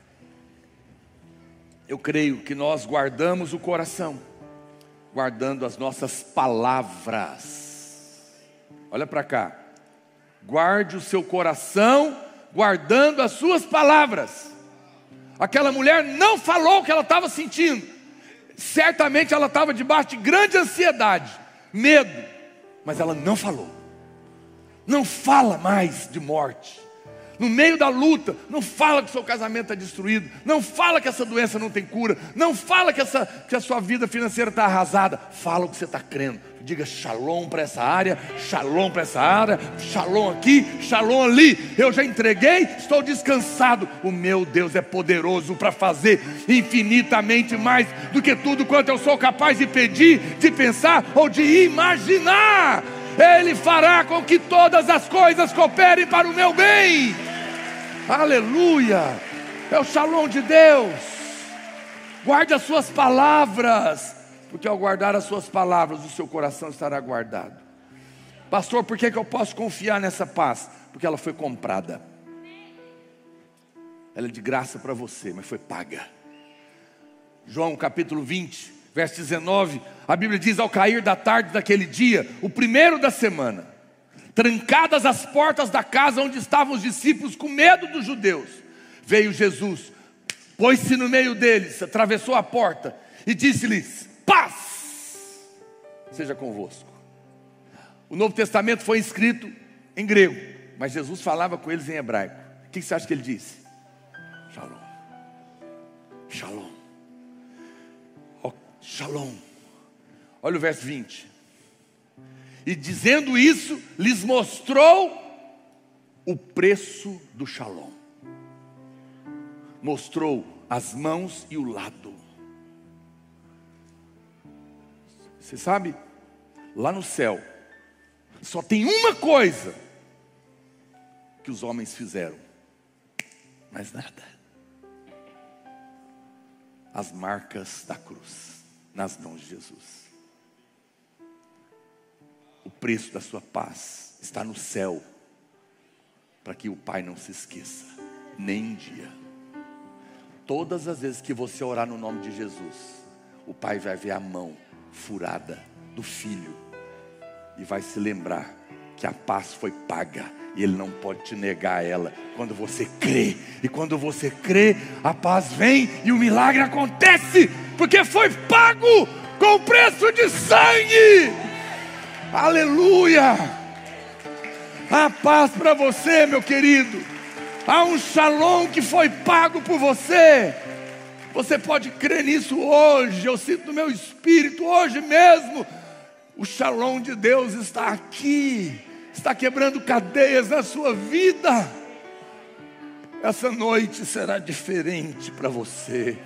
Eu creio que nós guardamos o coração, guardando as nossas palavras. Olha para cá. Guarde o seu coração, guardando as suas palavras. Aquela mulher não falou o que ela estava sentindo. Certamente ela estava debaixo de grande ansiedade, medo, mas ela não falou. Não fala mais de morte. No meio da luta, não fala que o seu casamento está destruído. Não fala que essa doença não tem cura. Não fala que, essa, que a sua vida financeira está arrasada. Fala o que você está crendo. Diga Shalom para essa área, Shalom para essa área, Shalom aqui, Shalom ali. Eu já entreguei, estou descansado. O meu Deus é poderoso para fazer infinitamente mais do que tudo quanto eu sou capaz de pedir, de pensar ou de imaginar. Ele fará com que todas as coisas cooperem para o meu bem. Aleluia. É o Shalom de Deus. Guarde as suas palavras, porque ao guardar as suas palavras, o seu coração estará guardado. Pastor, por que que eu posso confiar nessa paz? Porque ela foi comprada. Ela é de graça para você, mas foi paga. João capítulo vinte, verso dezenove, a Bíblia diz: ao cair da tarde daquele dia, o primeiro da semana, trancadas as portas da casa onde estavam os discípulos com medo dos judeus, veio Jesus, pôs-se no meio deles, atravessou a porta e disse-lhes: paz seja convosco. O Novo Testamento foi escrito em grego, mas Jesus falava com eles em hebraico. O que você acha que ele disse? Shalom. Shalom. Oh, shalom. Olha o verso vinte. E dizendo isso, lhes mostrou o preço do shalom. Mostrou as mãos e o lado. Você sabe, lá no céu, só tem uma coisa que os homens fizeram, mais nada: as marcas da cruz nas mãos de Jesus. O preço da sua paz está no céu, para que o Pai não se esqueça, nem um dia. Todas as vezes que você orar no nome de Jesus, o Pai vai ver a mão furada do Filho e vai se lembrar que a paz foi paga e Ele não pode te negar ela quando você crê. E quando você crê, a paz vem e o milagre acontece, porque foi pago com preço de sangue. Aleluia! A paz para você, meu querido. Há um shalom que foi pago por você. Você pode crer nisso hoje. Eu sinto no meu espírito, hoje mesmo, o shalom de Deus está aqui, está quebrando cadeias na sua vida. Essa noite será diferente para você.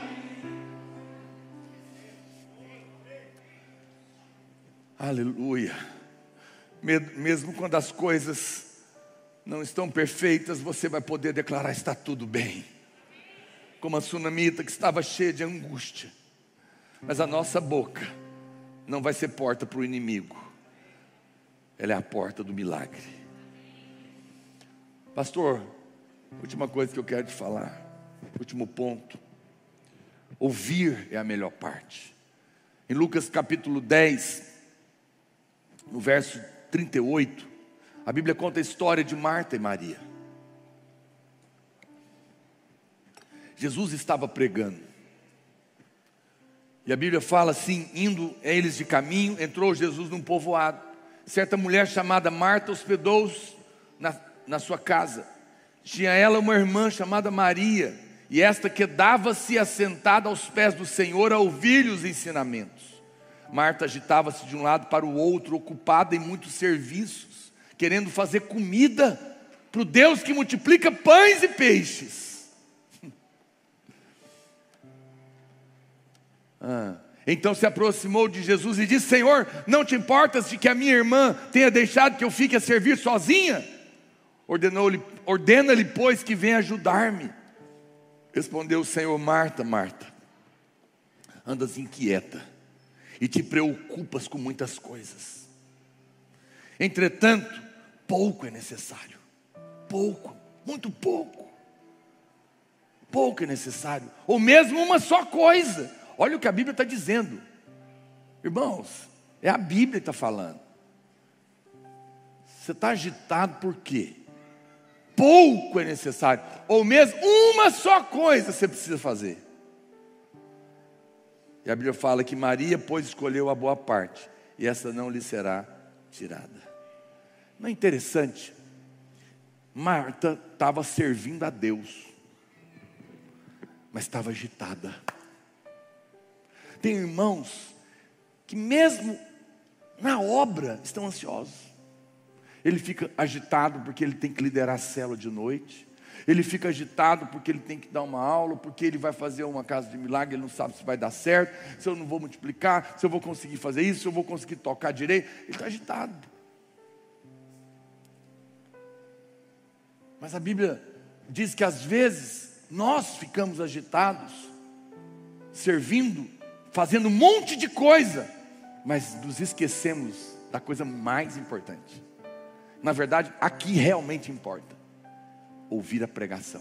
Aleluia. Mesmo quando as coisas não estão perfeitas, você vai poder declarar: está tudo bem. Como a sunamita que estava cheia de angústia. Mas a nossa boca não vai ser porta para o inimigo, ela é a porta do milagre. Pastor, última coisa que eu quero te falar, último ponto: ouvir é a melhor parte. Em Lucas capítulo dez, no verso trinta e oito, a Bíblia conta a história de Marta e Maria. Jesus estava pregando, e a Bíblia fala assim: indo eles de caminho, entrou Jesus num povoado. Certa mulher chamada Marta hospedou-os na, na sua casa. Tinha ela uma irmã chamada Maria, e esta quedava-se assentada aos pés do Senhor a ouvir-lhe os ensinamentos. Marta agitava-se de um lado para o outro, ocupada em muitos serviços, querendo fazer comida para o Deus que multiplica pães e peixes. Ah. Então se aproximou de Jesus e disse: Senhor, não te importas de que a minha irmã tenha deixado que eu fique a servir sozinha? Ordenou-lhe, ordena-lhe, pois, que venha ajudar-me. Respondeu o Senhor: Marta, Marta, andas inquieta e te preocupas com muitas coisas. Entretanto, pouco é necessário. Pouco, muito pouco. Pouco é necessário, ou mesmo uma só coisa. Olha o que a Bíblia está dizendo. Irmãos, é a Bíblia que está falando. Você está agitado por quê? Pouco é necessário, ou mesmo uma só coisa você precisa fazer. E a Bíblia fala que Maria, pois, escolheu a boa parte, e essa não lhe será tirada. Não é interessante? Marta estava servindo a Deus, mas estava agitada. Tem irmãos que mesmo na obra estão ansiosos. Ele fica agitado porque ele tem que liderar a célula de noite. Ele fica agitado porque ele tem que dar uma aula, porque ele vai fazer uma casa de milagre, ele não sabe se vai dar certo, se eu não vou multiplicar, se eu vou conseguir fazer isso, se eu vou conseguir tocar direito. Ele está agitado. Mas a Bíblia diz que às vezes nós ficamos agitados, servindo, fazendo um monte de coisa, mas nos esquecemos da coisa mais importante. Na verdade, aqui realmente importa: ouvir a pregação.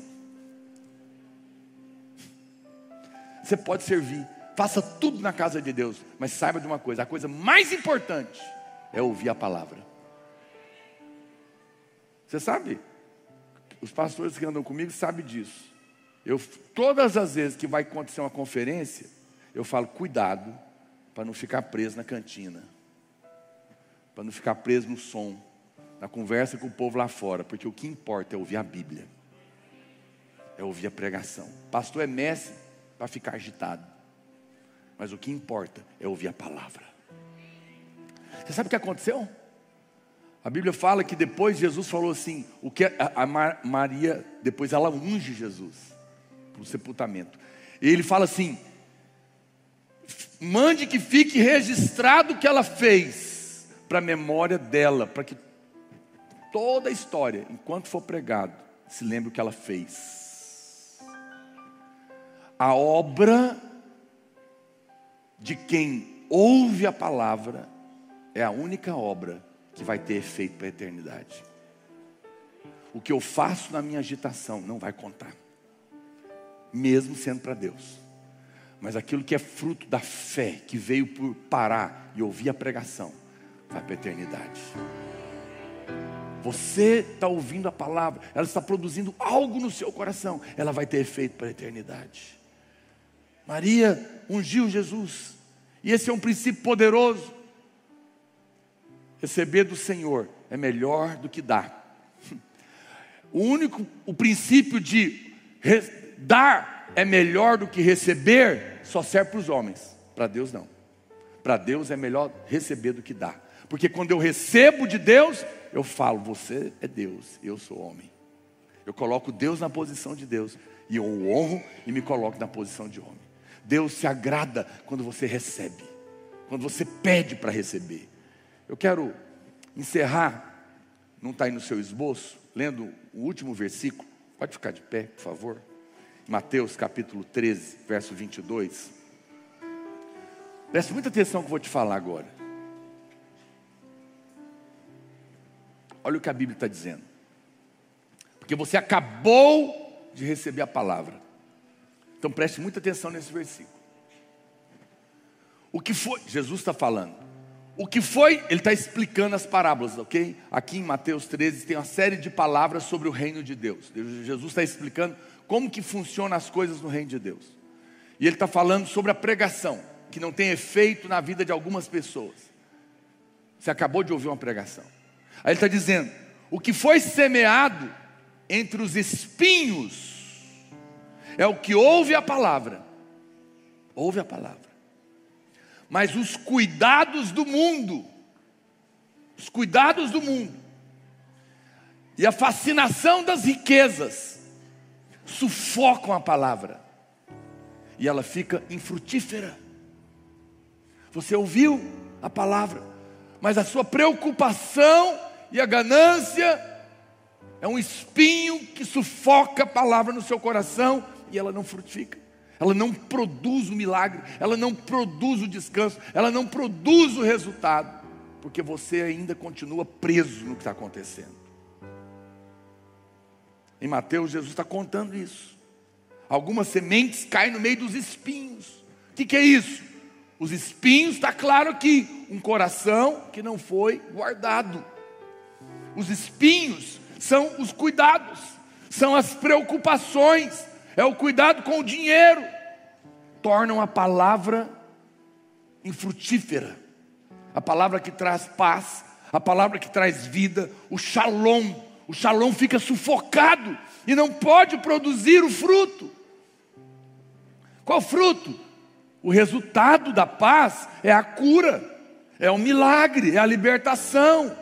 Você pode servir, faça tudo na casa de Deus, mas saiba de uma coisa: a coisa mais importante é ouvir a palavra. Você sabe? Os pastores que andam comigo sabem disso. Eu, todas as vezes que vai acontecer uma conferência, eu falo: cuidado para não ficar preso na cantina, para não ficar preso no som, na conversa com o povo lá fora, porque o que importa é ouvir a Bíblia, é ouvir a pregação. Pastor é mestre para ficar agitado, mas o que importa é ouvir a palavra. Você sabe o que aconteceu? A Bíblia fala que depois Jesus falou assim, o que a, a Maria, depois ela unge Jesus para o sepultamento. E ele fala assim: mande que fique registrado o que ela fez, para a memória dela, para que toda a história, enquanto for pregado, se lembre o que ela fez. A obra de quem ouve a palavra é a única obra que vai ter efeito para a eternidade. O que eu faço na minha agitação não vai contar, mesmo sendo para Deus. Mas aquilo que é fruto da fé, que veio por parar e ouvir a pregação, vai para a eternidade. Você está ouvindo a palavra, ela está produzindo algo no seu coração, ela vai ter efeito para a eternidade. Maria ungiu Jesus, e esse é um princípio poderoso. Receber do Senhor é melhor do que dar. O único, o princípio de re, dar é melhor do que receber, só serve para os homens. Para Deus não. Para Deus é melhor receber do que dar. Porque quando eu recebo de Deus, eu falo: você é Deus, eu sou homem. Eu coloco Deus na posição de Deus, e eu o honro e me coloco na posição de homem. Deus se agrada quando você recebe, quando você pede para receber. Eu quero encerrar, não está aí no seu esboço, lendo o último versículo. Pode ficar de pé, por favor. Mateus capítulo treze, verso vinte e dois. Preste muita atenção no que eu vou te falar agora. Olha o que a Bíblia está dizendo. Porque você acabou de receber a palavra. Então preste muita atenção nesse versículo. O que foi? Jesus está falando. O que foi? Ele está explicando as parábolas, ok? Aqui em Mateus treze tem uma série de palavras sobre o reino de Deus. Jesus está explicando como que funcionam as coisas no reino de Deus. E ele está falando sobre a pregação, que não tem efeito na vida de algumas pessoas. Você acabou de ouvir uma pregação. Aí ele está dizendo: o que foi semeado entre os espinhos é o que ouve a palavra. Ouve a palavra. Mas os cuidados do mundo, os cuidados do mundo e a fascinação das riquezas sufocam a palavra e ela fica infrutífera. Você ouviu a palavra, mas a sua preocupação e a ganância é um espinho que sufoca a palavra no seu coração e ela não frutifica. Ela não produz o milagre, ela não produz o descanso, ela não produz o resultado, porque você ainda continua preso no que está acontecendo. Em Mateus, Jesus está contando isso. Algumas sementes caem no meio dos espinhos. O que, que é isso? Os espinhos, está claro aqui, um coração que não foi guardado. Os espinhos são os cuidados, são as preocupações, é o cuidado com o dinheiro, tornam a palavra infrutífera, a palavra que traz paz, a palavra que traz vida, o shalom, o shalom fica sufocado e não pode produzir o fruto. Qual fruto? O resultado da paz é a cura, é o milagre, é a libertação.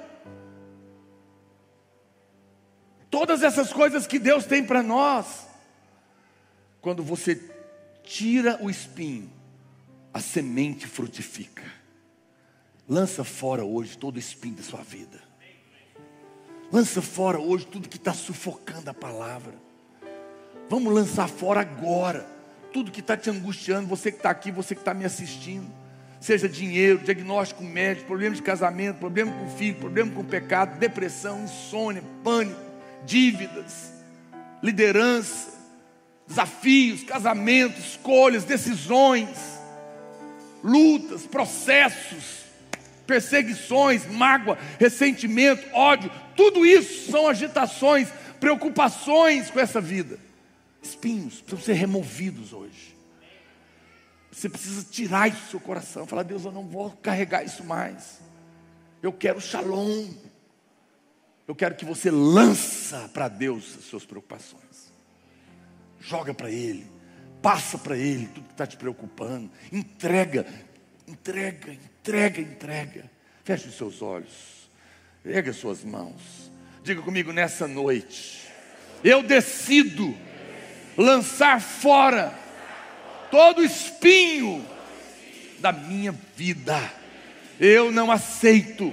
Todas essas coisas que Deus tem para nós. Quando você tira o espinho, a semente frutifica. Lança fora hoje todo o espinho da sua vida. Lança fora hoje tudo que está sufocando a palavra. Vamos lançar fora agora tudo que está te angustiando. Você que está aqui, você que está me assistindo. seja dinheiro, diagnóstico médico, problema de casamento, problema com o filho, problema com o pecado, depressão, insônia, pânico, dívidas, liderança, desafios, casamento, escolhas, decisões, lutas, processos, perseguições, mágoa, ressentimento, ódio, tudo isso são agitações, preocupações com essa vida. Espinhos precisam ser removidos hoje. Você precisa tirar isso do seu coração, falar: Deus, eu não vou carregar isso mais. Eu quero shalom. Eu quero que você lança para Deus as suas preocupações. Joga para Ele, passa para Ele tudo que está te preocupando. Entrega, entrega, entrega, entrega. Feche os seus olhos, erga as suas mãos. Diga comigo: nessa noite, eu decido lançar fora todo espinho da minha vida. Eu não aceito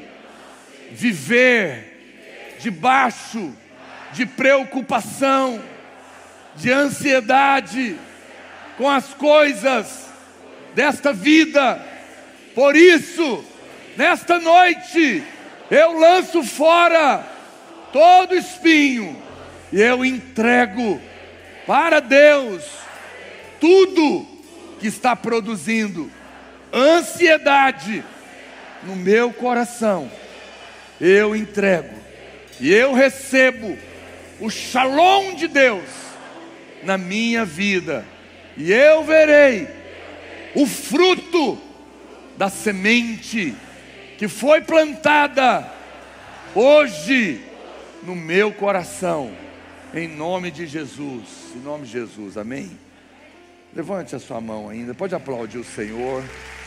viver debaixo de preocupação, de ansiedade com as coisas desta vida. Por isso, nesta noite, eu lanço fora todo espinho e eu entrego para Deus tudo que está produzindo ansiedade no meu coração. Eu entrego e eu recebo o shalom de Deus na minha vida, e eu verei o fruto da semente que foi plantada hoje no meu coração, em nome de Jesus, em nome de Jesus, amém? Levante a sua mão ainda, pode aplaudir o Senhor,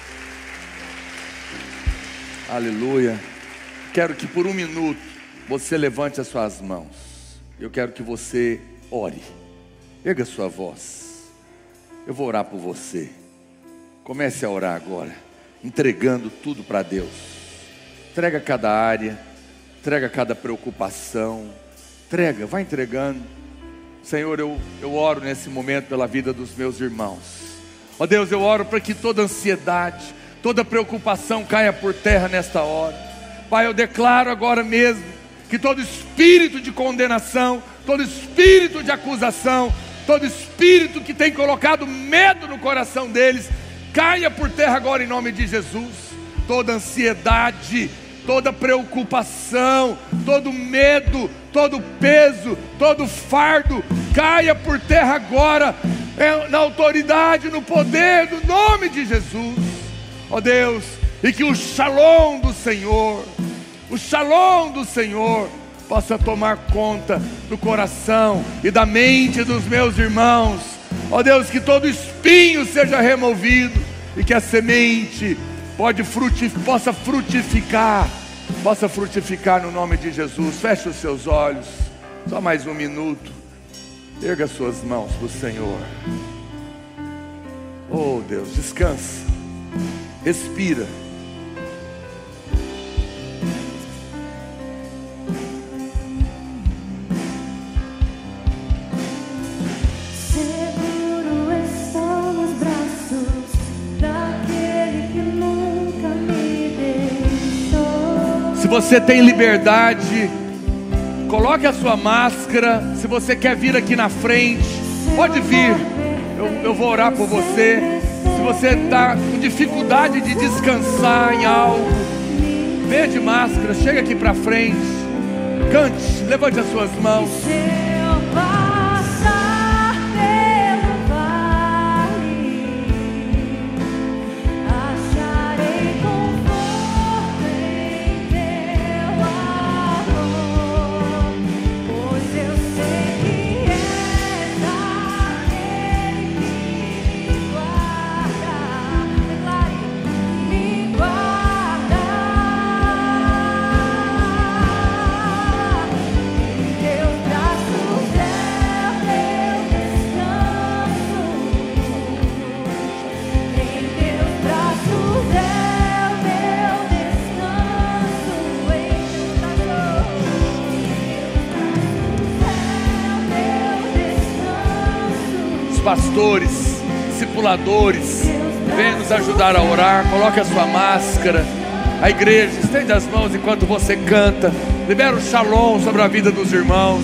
aleluia. Quero que por um minuto você levante as suas mãos, eu quero que você ore, erga a sua voz, eu vou orar por você. Comece a orar agora, entregando tudo para Deus. Entrega cada área, entrega cada preocupação, entrega, vai entregando. Senhor, eu, eu oro nesse momento pela vida dos meus irmãos. Ó Deus, eu oro para que toda ansiedade, toda preocupação caia por terra nesta hora. Pai, eu declaro agora mesmo que todo espírito de condenação, todo espírito de acusação, todo espírito que tem colocado medo no coração deles, caia por terra agora em nome de Jesus. Toda ansiedade, toda preocupação, todo medo, todo peso, todo fardo, caia por terra agora, na autoridade, no poder do nome de Jesus. Ó Deus, e que o shalom do Senhor, o shalom do Senhor possa tomar conta do coração e da mente dos meus irmãos. Ó Deus, que todo espinho seja removido e que a semente pode frutif- possa frutificar, possa frutificar no nome de Jesus. Feche os seus olhos, só mais um minuto, erga suas mãos para o Senhor. Oh Deus, descansa, respira. Se você tem liberdade, coloque a sua máscara. Se você quer vir aqui na frente, pode vir, eu, eu vou orar por você. Se você está com dificuldade de descansar em algo, venha de máscara, chega aqui para frente, cante, levante as suas mãos. Pastores, discipuladores, Vem nos ajudar a orar. Coloque a sua máscara. A igreja, estende as mãos enquanto você canta. Libera o shalom sobre a vida dos irmãos.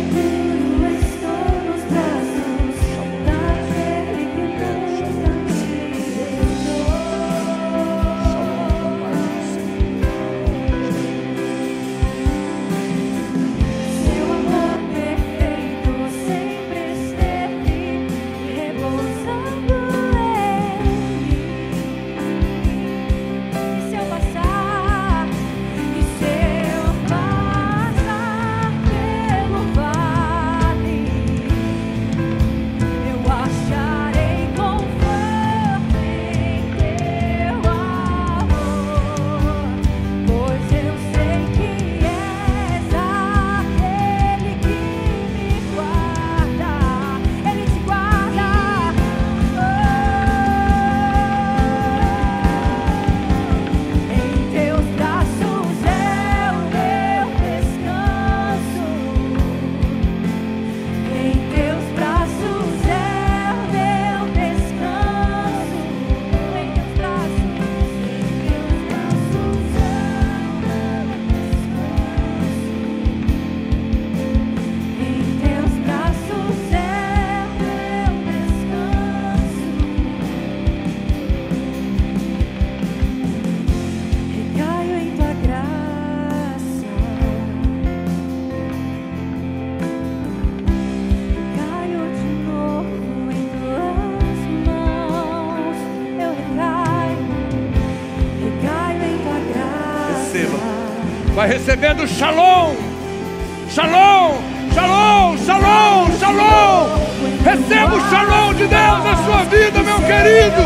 Vai recebendo shalom, shalom, shalom, shalom, shalom. Receba o shalom de Deus na sua vida, meu querido.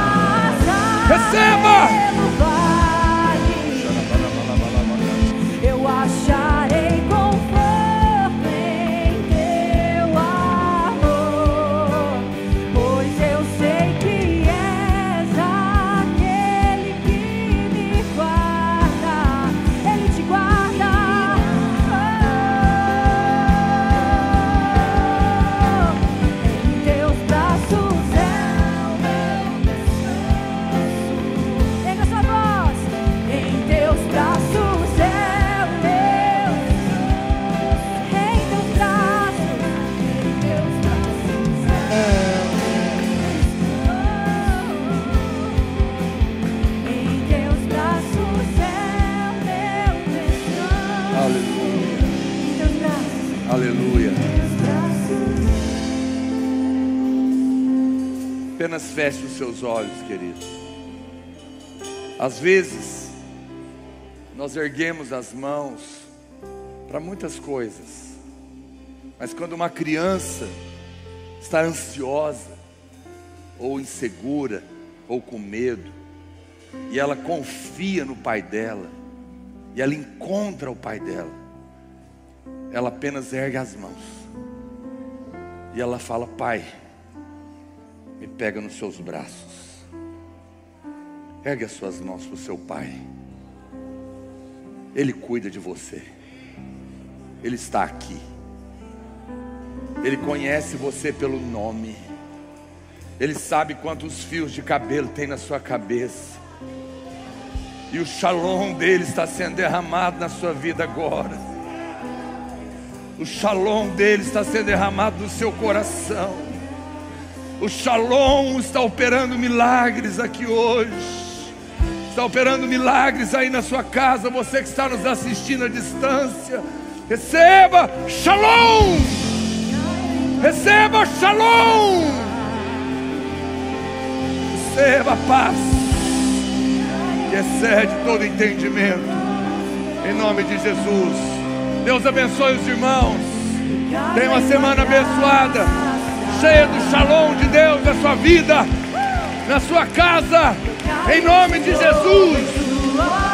Receba. Eu acharei conforto em teu amor, pois eu sei que és aquele que me guarda. Ele te guarda. Oh, em teus braços é o meu descanso. Pega a sua voz. Em teus braços é o meu descanso. Em teus braços, em teus braços é o meu descanso. Em teus braços é o meu descanso. Aleluia. Em teus braços. Aleluia. Apenas feche os seus olhos, querido. Às vezes nós erguemos as mãos para muitas coisas, mas quando uma criança está ansiosa, ou insegura, ou com medo, e ela confia no pai dela, e ela encontra o pai dela, ela apenas ergue as mãos, e ela fala: Pai, me pega nos seus braços. Ergue as suas mãos para o seu pai. Ele cuida de você. Ele está aqui. Ele conhece você pelo nome. Ele sabe quantos fios de cabelo tem na sua cabeça. E o shalom dele está sendo derramado na sua vida agora. O shalom dele está sendo derramado no seu coração. O shalom está operando milagres aqui hoje. Está operando milagres aí na sua casa. Você que está nos assistindo à distância, receba shalom. Receba shalom. Receba a paz que excede todo entendimento, em nome de Jesus. Deus abençoe os irmãos. Tenha uma semana abençoada, cheia do shalom de Deus na sua vida, na sua casa, em nome de Jesus.